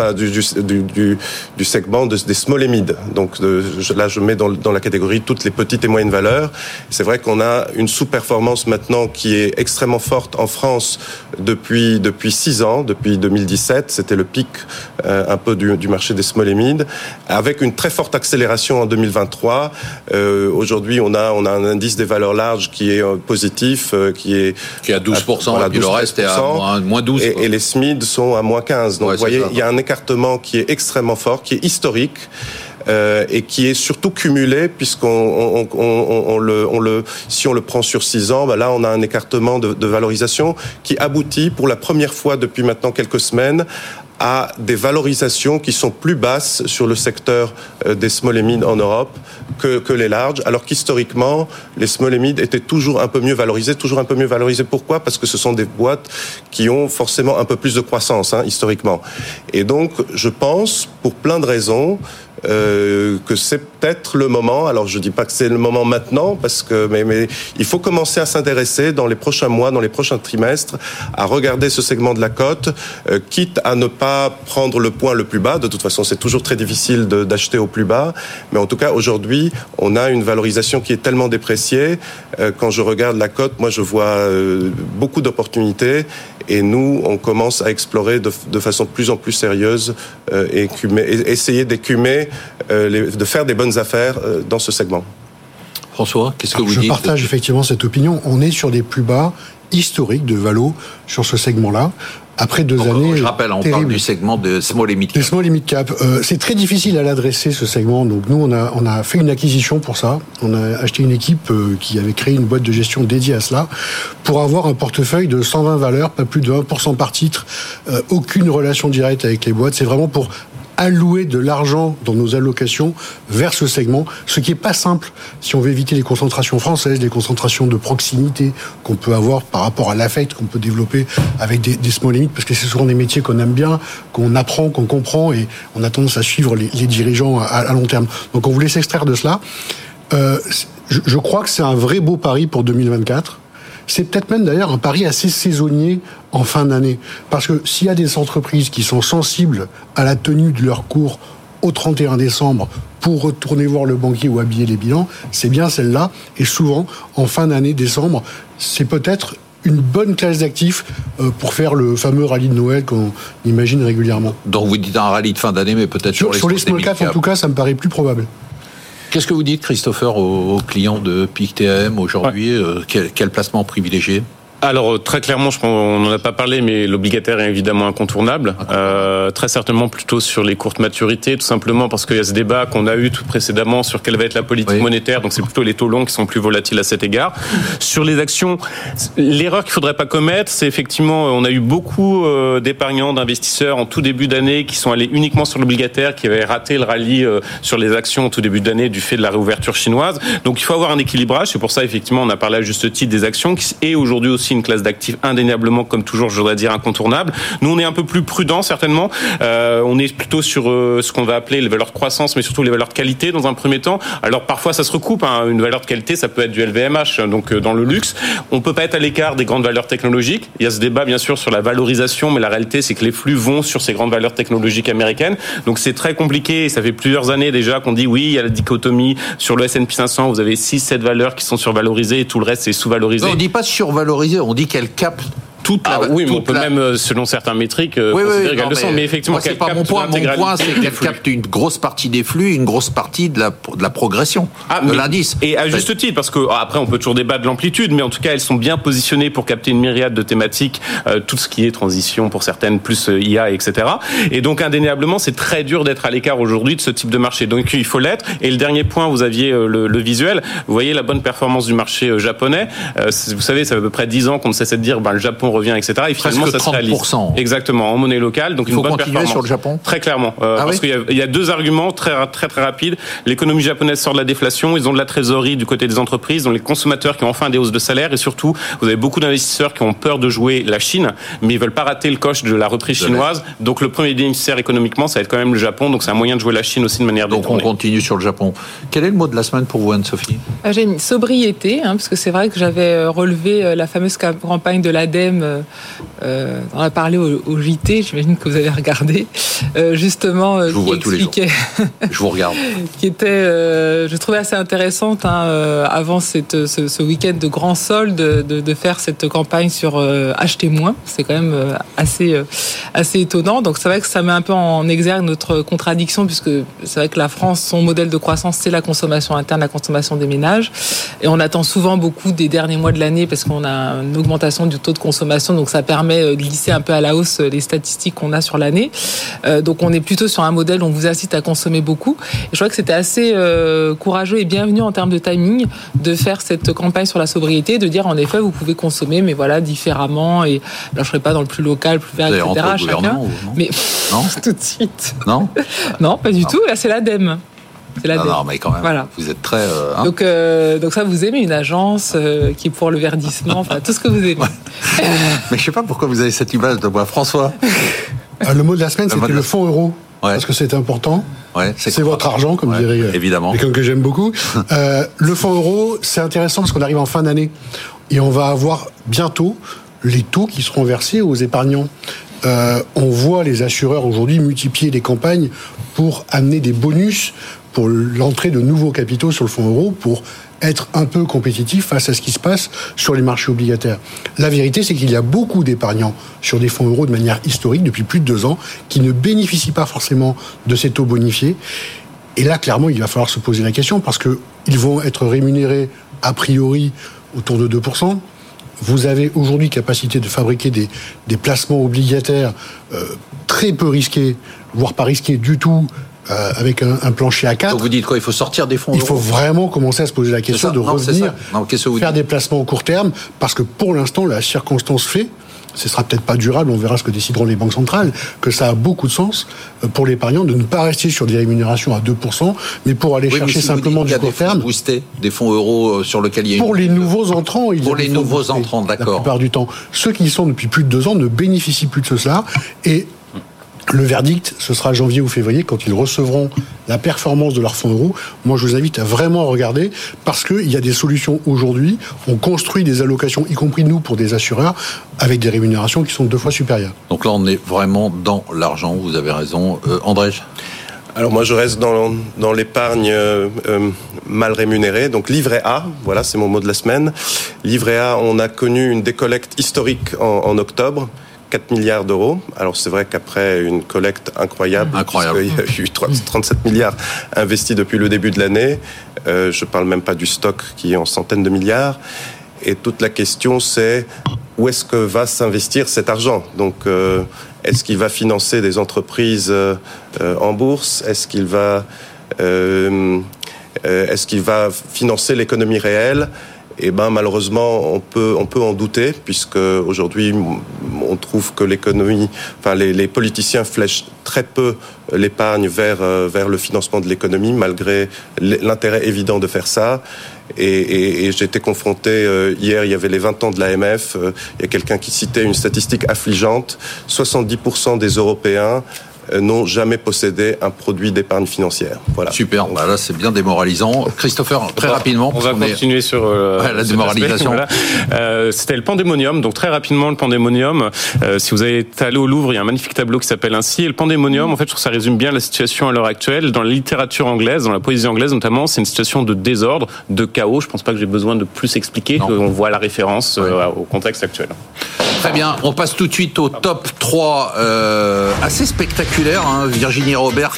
du segment des small et mid. Donc là, je mets dans la catégorie toutes les petites et moyennes valeurs. C'est vrai qu'on a une sous-performance maintenant qui est extrêmement forte en France depuis 6 ans, depuis 2017. C'était le pic un peu du marché des small et mid, avec une très forte accélération en 2023. Aujourd'hui, on a un indice des valeurs larges qui est positif, qui est à 12%, et puis le reste est à moins 12. Et les SMID sont à moins 15. Donc, vous voyez, il y a un écartement qui est extrêmement fort, qui est historique. Et qui est surtout cumulé, puisqu'on si on le prend sur 6 ans, là on a un écartement de valorisation qui aboutit pour la première fois depuis maintenant quelques semaines à des valorisations qui sont plus basses sur le secteur des small et mid en Europe que les larges, alors qu'historiquement, les small et mid étaient toujours un peu mieux valorisés. Pourquoi ? Parce que ce sont des boîtes qui ont forcément un peu plus de croissance, historiquement. Et donc, je pense, pour plein de raisons, que c'est peut-être le moment. Alors je dis pas que c'est le moment maintenant, mais il faut commencer à s'intéresser dans les prochains mois, dans les prochains trimestres, à regarder ce segment de la cote, quitte à ne pas prendre le point le plus bas. De toute façon, c'est toujours très difficile d'acheter au plus bas, mais en tout cas aujourd'hui, on a une valorisation qui est tellement dépréciée. Quand je regarde la cote, moi je vois beaucoup d'opportunités. Et nous, on commence à explorer de façon de plus en plus sérieuse et essayer d'écumer, de faire des bonnes affaires dans ce segment. François, qu'est-ce que vous dites ? Je partage effectivement cette opinion. On est sur des plus bas historiques de valo sur ce segment-là. Après 2 années. Je rappelle, on parle du segment de small et mid cap. De small et mid cap. C'est très difficile à l'adresser, ce segment. Donc nous, on a fait une acquisition pour ça. On a acheté une équipe qui avait créé une boîte de gestion dédiée à cela pour avoir un portefeuille de 120 valeurs, pas plus de 1% par titre, aucune relation directe avec les boîtes. C'est vraiment pour allouer de l'argent dans nos allocations vers ce segment, ce qui est pas simple si on veut éviter les concentrations françaises, les concentrations de proximité qu'on peut avoir par rapport à l'affect qu'on peut développer avec des small limits, parce que c'est souvent des métiers qu'on aime bien, qu'on apprend, qu'on comprend, et on a tendance à suivre les dirigeants à long terme. Donc on voulait s'extraire de cela. Je crois que c'est un vrai beau pari pour 2024. C'est peut-être même d'ailleurs un pari assez saisonnier en fin d'année. Parce que s'il y a des entreprises qui sont sensibles à la tenue de leur cours au 31 décembre pour retourner voir le banquier ou habiller les bilans, c'est bien celle-là. Et souvent, en fin d'année, décembre, c'est peut-être une bonne classe d'actifs pour faire le fameux rallye de Noël qu'on imagine régulièrement. Donc vous dites un rallye de fin d'année, mais peut-être sur les small cap, en tout cas, ça me paraît plus probable. Qu'est-ce que vous dites, Christopher, aux clients de PIC-TM aujourd'hui ? Quel placement privilégié ? Alors très clairement, on n'en a pas parlé, mais l'obligataire est évidemment incontournable. Très certainement plutôt sur les courtes maturités, tout simplement parce qu'il y a ce débat qu'on a eu tout précédemment sur quelle va être la politique monétaire. Donc c'est plutôt les taux longs qui sont plus volatiles à cet égard. Sur les actions, l'erreur qu'il faudrait pas commettre, c'est effectivement, on a eu beaucoup d'épargnants, d'investisseurs en tout début d'année qui sont allés uniquement sur l'obligataire, qui avaient raté le rallye sur les actions au tout début d'année du fait de la réouverture chinoise. Donc il faut avoir un équilibrage. C'est pour ça effectivement on a parlé à juste titre des actions et aujourd'hui aussi aussi une classe d'actifs indéniablement, comme toujours, je voudrais dire, incontournable. Nous, on est un peu plus prudent, certainement. On est plutôt sur ce qu'on va appeler les valeurs de croissance, mais surtout les valeurs de qualité dans un premier temps. Alors parfois, ça se recoupe. Une valeur de qualité, ça peut être du LVMH, donc dans le luxe. On peut pas être à l'écart des grandes valeurs technologiques. Il y a ce débat, bien sûr, sur la valorisation, mais la réalité, c'est que les flux vont sur ces grandes valeurs technologiques américaines. Donc c'est très compliqué. Ça fait plusieurs années déjà qu'on dit oui, il y a la dichotomie sur le S&P 500. Vous avez 6-7 valeurs qui sont survalorisées et tout le reste c'est sous-valorisé. Non, on dit pas survalorisé, on dit qu'elle capte toute la... oui, mais on peut même, selon certains métriques, considérer qu'elle le sent. Mais effectivement, moi, c'est pas mon point. Mon point, c'est qu'elle capte une grosse partie des flux, une grosse partie de la progression de l'indice. Et à juste titre, parce que après, on peut toujours débattre de l'amplitude, mais en tout cas, elles sont bien positionnées pour capter une myriade de thématiques, tout ce qui est transition pour certaines, plus IA, etc. Et donc, indéniablement, c'est très dur d'être à l'écart aujourd'hui de ce type de marché. Donc, il faut l'être. Et le dernier point, vous aviez le visuel. Vous voyez la bonne performance du marché japonais. Vous savez, ça fait à peu près 10 ans qu'on ne cessait de dire, le Japon revient, etc. Et finalement, presque ça se réalise. 30%. Exactement, en monnaie locale. Donc, il faut une bonne continuer performance. sur le Japon. Très clairement. Parce qu'il y a deux arguments très rapides. L'économie japonaise sort de la déflation. Ils ont de la trésorerie du côté des entreprises. Ils ont les consommateurs qui ont enfin des hausses de salaire. Et surtout, vous avez beaucoup d'investisseurs qui ont peur de jouer la Chine, mais ils veulent pas rater le coche de la reprise chinoise. Donc, le premier bénéficiaire économiquement, ça va être quand même le Japon. Donc, c'est un moyen de jouer la Chine aussi de manière détournée. Donc, on continue sur le Japon. Quel est le mot de la semaine pour vous, Anne-Sophie? J'ai mis sobriété, parce que c'est vrai que j'avais relevé la fameuse campagne de l'ADEME. On a parlé au JT, j'imagine que vous avez regardé, justement, je vous vois tous les jours. Je vous regarde. Qui était, je trouvais assez intéressante avant ce week-end de grand solde, de faire cette campagne sur acheter moins. C'est quand même assez étonnant. Donc c'est vrai que ça met un peu en exergue notre contradiction, puisque c'est vrai que la France, son modèle de croissance, c'est la consommation interne, la consommation des ménages, et on attend souvent beaucoup des derniers mois de l'année parce qu'on a une augmentation du taux de consommation, donc ça permet de glisser un peu à la hausse les statistiques qu'on a sur l'année. Donc on est plutôt sur un modèle où on vous incite à consommer beaucoup. Et je crois que c'était assez courageux et bienvenu en termes de timing de faire cette campagne sur la sobriété, de dire en effet vous pouvez consommer, mais voilà, différemment. Et alors je serai pas dans le plus local, plus vert, etc. Chacun. Mais non tout de suite. Non. Non, pas du tout. Là, c'est l'ADEME. Non, mais quand même, voilà. Vous êtes très... Donc ça, vous aimez une agence qui est pour le verdissement, enfin tout ce que vous aimez. Ouais. Mais je sais pas pourquoi vous avez cette image de moi. François. Le mot de la semaine, c'était le fonds euro. Ouais. Parce que c'est important. Ouais, c'est votre argent, comme dirait évidemment. Quelqu'un que j'aime beaucoup. Le fonds euro, c'est intéressant parce qu'on arrive en fin d'année. Et on va avoir bientôt les taux qui seront versés aux épargnants. On voit les assureurs aujourd'hui multiplier des campagnes pour amener des bonus pour l'entrée de nouveaux capitaux sur le fonds euro, pour être un peu compétitif face à ce qui se passe sur les marchés obligataires. La vérité, c'est qu'il y a beaucoup d'épargnants sur des fonds euros de manière historique, depuis plus de 2 ans, qui ne bénéficient pas forcément de ces taux bonifiés. Et là, clairement, il va falloir se poser la question, parce qu'ils vont être rémunérés, a priori, autour de 2%. Vous avez aujourd'hui capacité de fabriquer des placements obligataires très peu risqués, voire pas risqués du tout, avec un plancher à 4. Donc vous dites quoi? Il faut sortir des fonds euros? Il faut vraiment commencer à se poser la question de revenir faire des placements au court terme, parce que pour l'instant, la circonstance fait, ce sera peut-être pas durable, on verra ce que décideront les banques centrales, que ça a beaucoup de sens pour l'épargnant de ne pas rester sur des rémunérations à 2%, mais pour aller chercher simplement du court terme. Des fonds euros sur lesquels il y a pour les nouveaux entrants, pour les nouveaux entrants, d'accord. La plupart du temps, ceux qui y sont depuis plus de 2 ans ne bénéficient plus de cela, et le verdict, ce sera janvier ou février, quand ils recevront la performance de leur fonds euros. Moi, je vous invite à vraiment regarder, parce qu'il y a des solutions aujourd'hui. On construit des allocations, y compris nous, pour des assureurs, avec des rémunérations qui sont 2 fois supérieures. Donc là, on est vraiment dans l'argent, vous avez raison. André? Alors moi, je reste dans l'épargne mal rémunérée. Donc livret A, voilà, c'est mon mot de la semaine. Livret A, on a connu une décollecte historique en octobre. 4 milliards d'euros. Alors c'est vrai qu'après une collecte incroyable. Il y a eu 37 milliards investis depuis le début de l'année. Je parle même pas du stock qui est en centaines de milliards. Et toute la question, c'est où est-ce que va s'investir cet argent? Donc est-ce qu'il va financer des entreprises en bourse? Est-ce qu'il va financer l'économie réelle? Et malheureusement, on peut en douter, puisque aujourd'hui, on trouve que les politiciens flèchent très peu l'épargne vers le financement de l'économie, malgré l'intérêt évident de faire ça. Et j'ai été confronté hier, il y avait les 20 ans de l'AMF, il y a quelqu'un qui citait une statistique affligeante, 70% des Européens n'ont jamais possédé un produit d'épargne financière. Voilà. Super, là c'est bien démoralisant. Christopher, très rapidement. On va continuer sur la démoralisation. C'était le pandémonium, donc très rapidement le pandémonium. Si vous avez allé au Louvre, il y a un magnifique tableau qui s'appelle ainsi. Et le pandémonium, en fait, je trouve que ça résume bien la situation à l'heure actuelle. Dans la littérature anglaise, dans la poésie anglaise notamment, c'est une situation de désordre, de chaos. Je pense pas que j'ai besoin de plus expliquer. On voit la référence au contexte actuel. Très bien, on passe tout de suite au top 3 assez spectaculaire. Virginie Robert,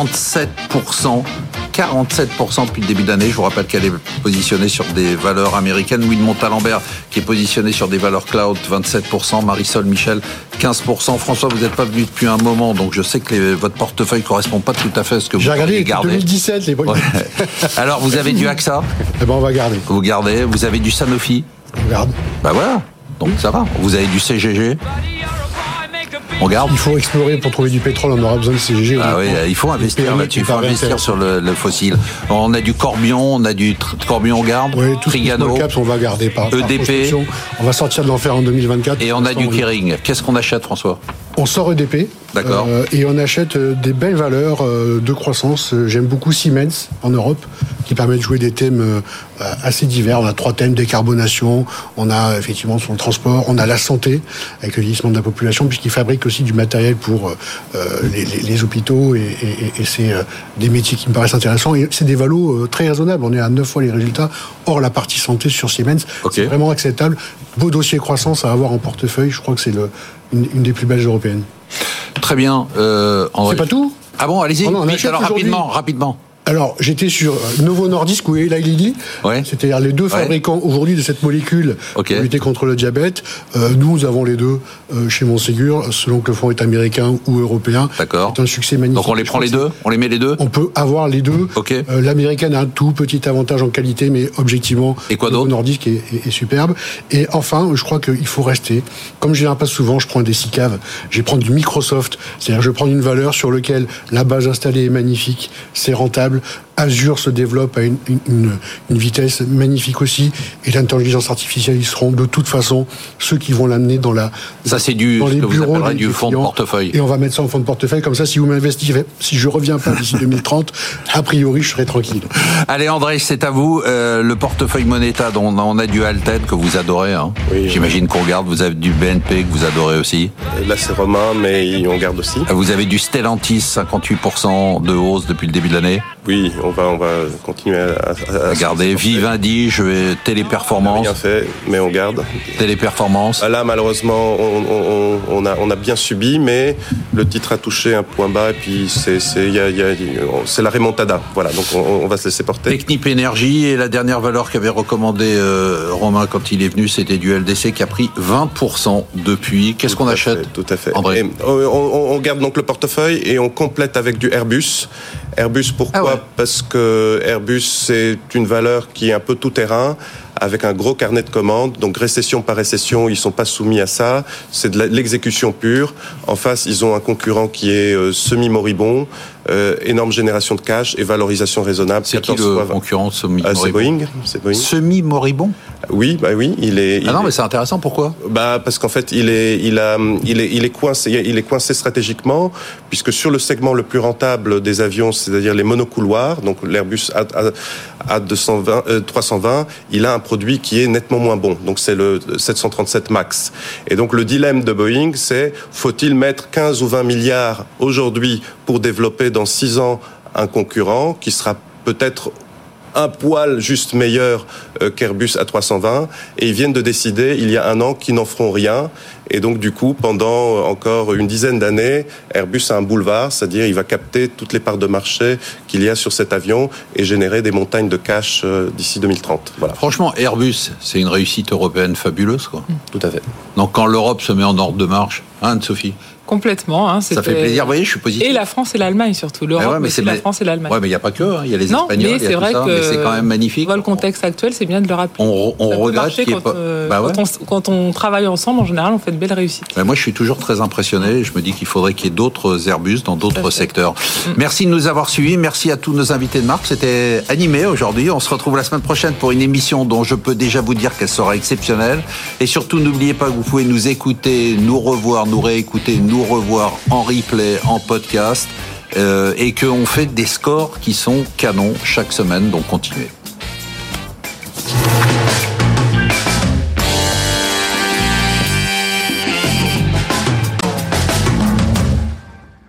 47%. 47% depuis le début d'année. Je vous rappelle qu'elle est positionnée sur des valeurs américaines. Louis de Montalembert, qui est positionné sur des valeurs cloud, 27%. Marisol Michel, 15%. François, vous n'êtes pas venu depuis un moment, donc je sais que votre portefeuille ne correspond pas tout à fait à ce que vous avez gardé. J'ai regardé 2017, les bonnes. Alors, vous avez du AXA ? On va garder. Vous gardez. Vous avez du Sanofi ? On garde. Voilà. Donc ça va. Vous avez du CGG ? On garde. Il faut explorer pour trouver du pétrole, on aura besoin de CGG. Il faut investir là-dessus, il faut investir sur le fossile. On a du Corbion, Corbion, on garde. Oui, tout Trigano, Caps, on va garder par EDP. On va sortir de l'enfer en 2024. Et on a du Kering. Qu'est-ce qu'on achète, François ? On sort EDP. D'accord. Et on achète des belles valeurs de croissance. J'aime beaucoup Siemens en Europe, qui permet de jouer des thèmes assez divers. On a 3 thèmes: décarbonation, on a effectivement son transport, on a la santé, avec le vieillissement de la population, puisqu'il fabrique aussi du matériel pour les hôpitaux, et c'est des métiers qui me paraissent intéressants. Et c'est des valos très raisonnables. On est à 9 fois les résultats. Or, la partie santé sur Siemens, c'est vraiment acceptable. Beau dossier croissance à avoir en portefeuille. Je crois que c'est une des plus belles européennes. Très bien. C'est pas tout ? Ah bon, allez-y. Alors rapidement. Alors, j'étais sur Novo Nordisk ou Eli Lilly, c'est-à-dire les deux fabricants aujourd'hui de cette molécule pour lutter contre le diabète. Nous avons les deux chez Montségur, selon que le fonds est américain ou européen. D'accord. C'est un succès magnifique. Donc on les prend les deux ? On les met les deux ? On peut avoir les deux. L'américaine a un tout petit avantage en qualité, mais objectivement, Novo Nordisk est superbe. Et enfin, je crois qu'il faut rester. Comme je viens pas souvent, je prends des SICAV. Je vais prendre du Microsoft. C'est-à-dire, je prends une valeur sur laquelle la base installée est magnifique, c'est rentable. Azure se développe à une vitesse magnifique aussi, et l'intelligence artificielle, ils seront de toute façon ceux qui vont l'amener dans la. Ça, c'est dans les bureaux du fonds de portefeuille. Et on va mettre ça en fonds de portefeuille, comme ça, si vous m'investissez, si je reviens pas d'ici 2030, a priori, je serai tranquille. Allez, André, c'est à vous. Le portefeuille Moneta, dont on a du Alten que vous adorez. Oui, j'imagine qu'on garde. Vous avez du BNP que vous adorez aussi. Là, c'est Romain, mais on garde aussi. Vous avez du Stellantis, 58% de hausse depuis le début de l'année. Oui, on va continuer à garder. Vivendi, Téléperformance. Bien fait, mais on garde. Téléperformance. Là, malheureusement, on a bien subi, mais le titre a touché un point bas, et puis c'est la remontada. Voilà, donc on va se laisser porter. Technip Énergie, et la dernière valeur qu'avait recommandé Romain quand il est venu, c'était du LDC qui a pris 20% depuis. Qu'est-ce qu'on achète ? Tout à fait. André. Et on garde donc le portefeuille et on complète avec du Airbus. Airbus, pourquoi ? Parce que Airbus, c'est une valeur qui est un peu tout-terrain, avec un gros carnet de commandes. Donc, récession par récession, ils sont pas soumis à ça. C'est de l'exécution pure. En face, ils ont un concurrent qui est semi-moribond, énorme génération de cash et valorisation raisonnable. C'est qui le concurrent semi-moribond ? C'est Boeing. Semi-moribond ? Oui, il est. Mais c'est intéressant. Pourquoi ? Parce qu'en fait, il est coincé stratégiquement, puisque sur le segment le plus rentable des avions, c'est-à-dire les monocouloirs, donc l'Airbus A320, il a un produit qui est nettement moins bon. Donc c'est le 737 MAX. Et donc le dilemme de Boeing, c'est faut-il mettre 15 ou 20 milliards aujourd'hui pour développer dans 6 ans un concurrent qui sera peut-être un poil juste meilleur qu'Airbus A320, et ils viennent de décider il y a 1 an qu'ils n'en feront rien, et donc du coup pendant encore une dizaine d'années Airbus a un boulevard, c'est-à-dire il va capter toutes les parts de marché qu'il y a sur cet avion et générer des montagnes de cash d'ici 2030. Voilà. Franchement, Airbus, c'est une réussite européenne fabuleuse, quoi. Tout à fait. Donc quand l'Europe se met en ordre de marche, Anne-Sophie, Complètement. Hein, ça fait plaisir. Vous voyez, je suis positif. Et la France et l'Allemagne surtout. L'Europe, mais c'est la France et l'Allemagne. Ouais, mais il n'y a pas que. Il y a les Espagnols, il y a tout ça. Mais c'est quand même magnifique. Dans le contexte actuel, c'est bien de le rappeler. On regrette qu'il n'y ait pas. Quand on travaille ensemble, en général, on fait de belles réussites. Moi, je suis toujours très impressionné. Et je me dis qu'il faudrait qu'il y ait d'autres Airbus dans d'autres secteurs. Merci de nous avoir suivis. Merci à tous nos invités de marque. C'était animé aujourd'hui. On se retrouve la semaine prochaine pour une émission dont je peux déjà vous dire qu'elle sera exceptionnelle. Et surtout, n'oubliez pas que vous pouvez nous écouter, nous revoir, nous réécouter, nous revoir en replay, en podcast, et qu'on fait des scores qui sont canons chaque semaine, donc continuez.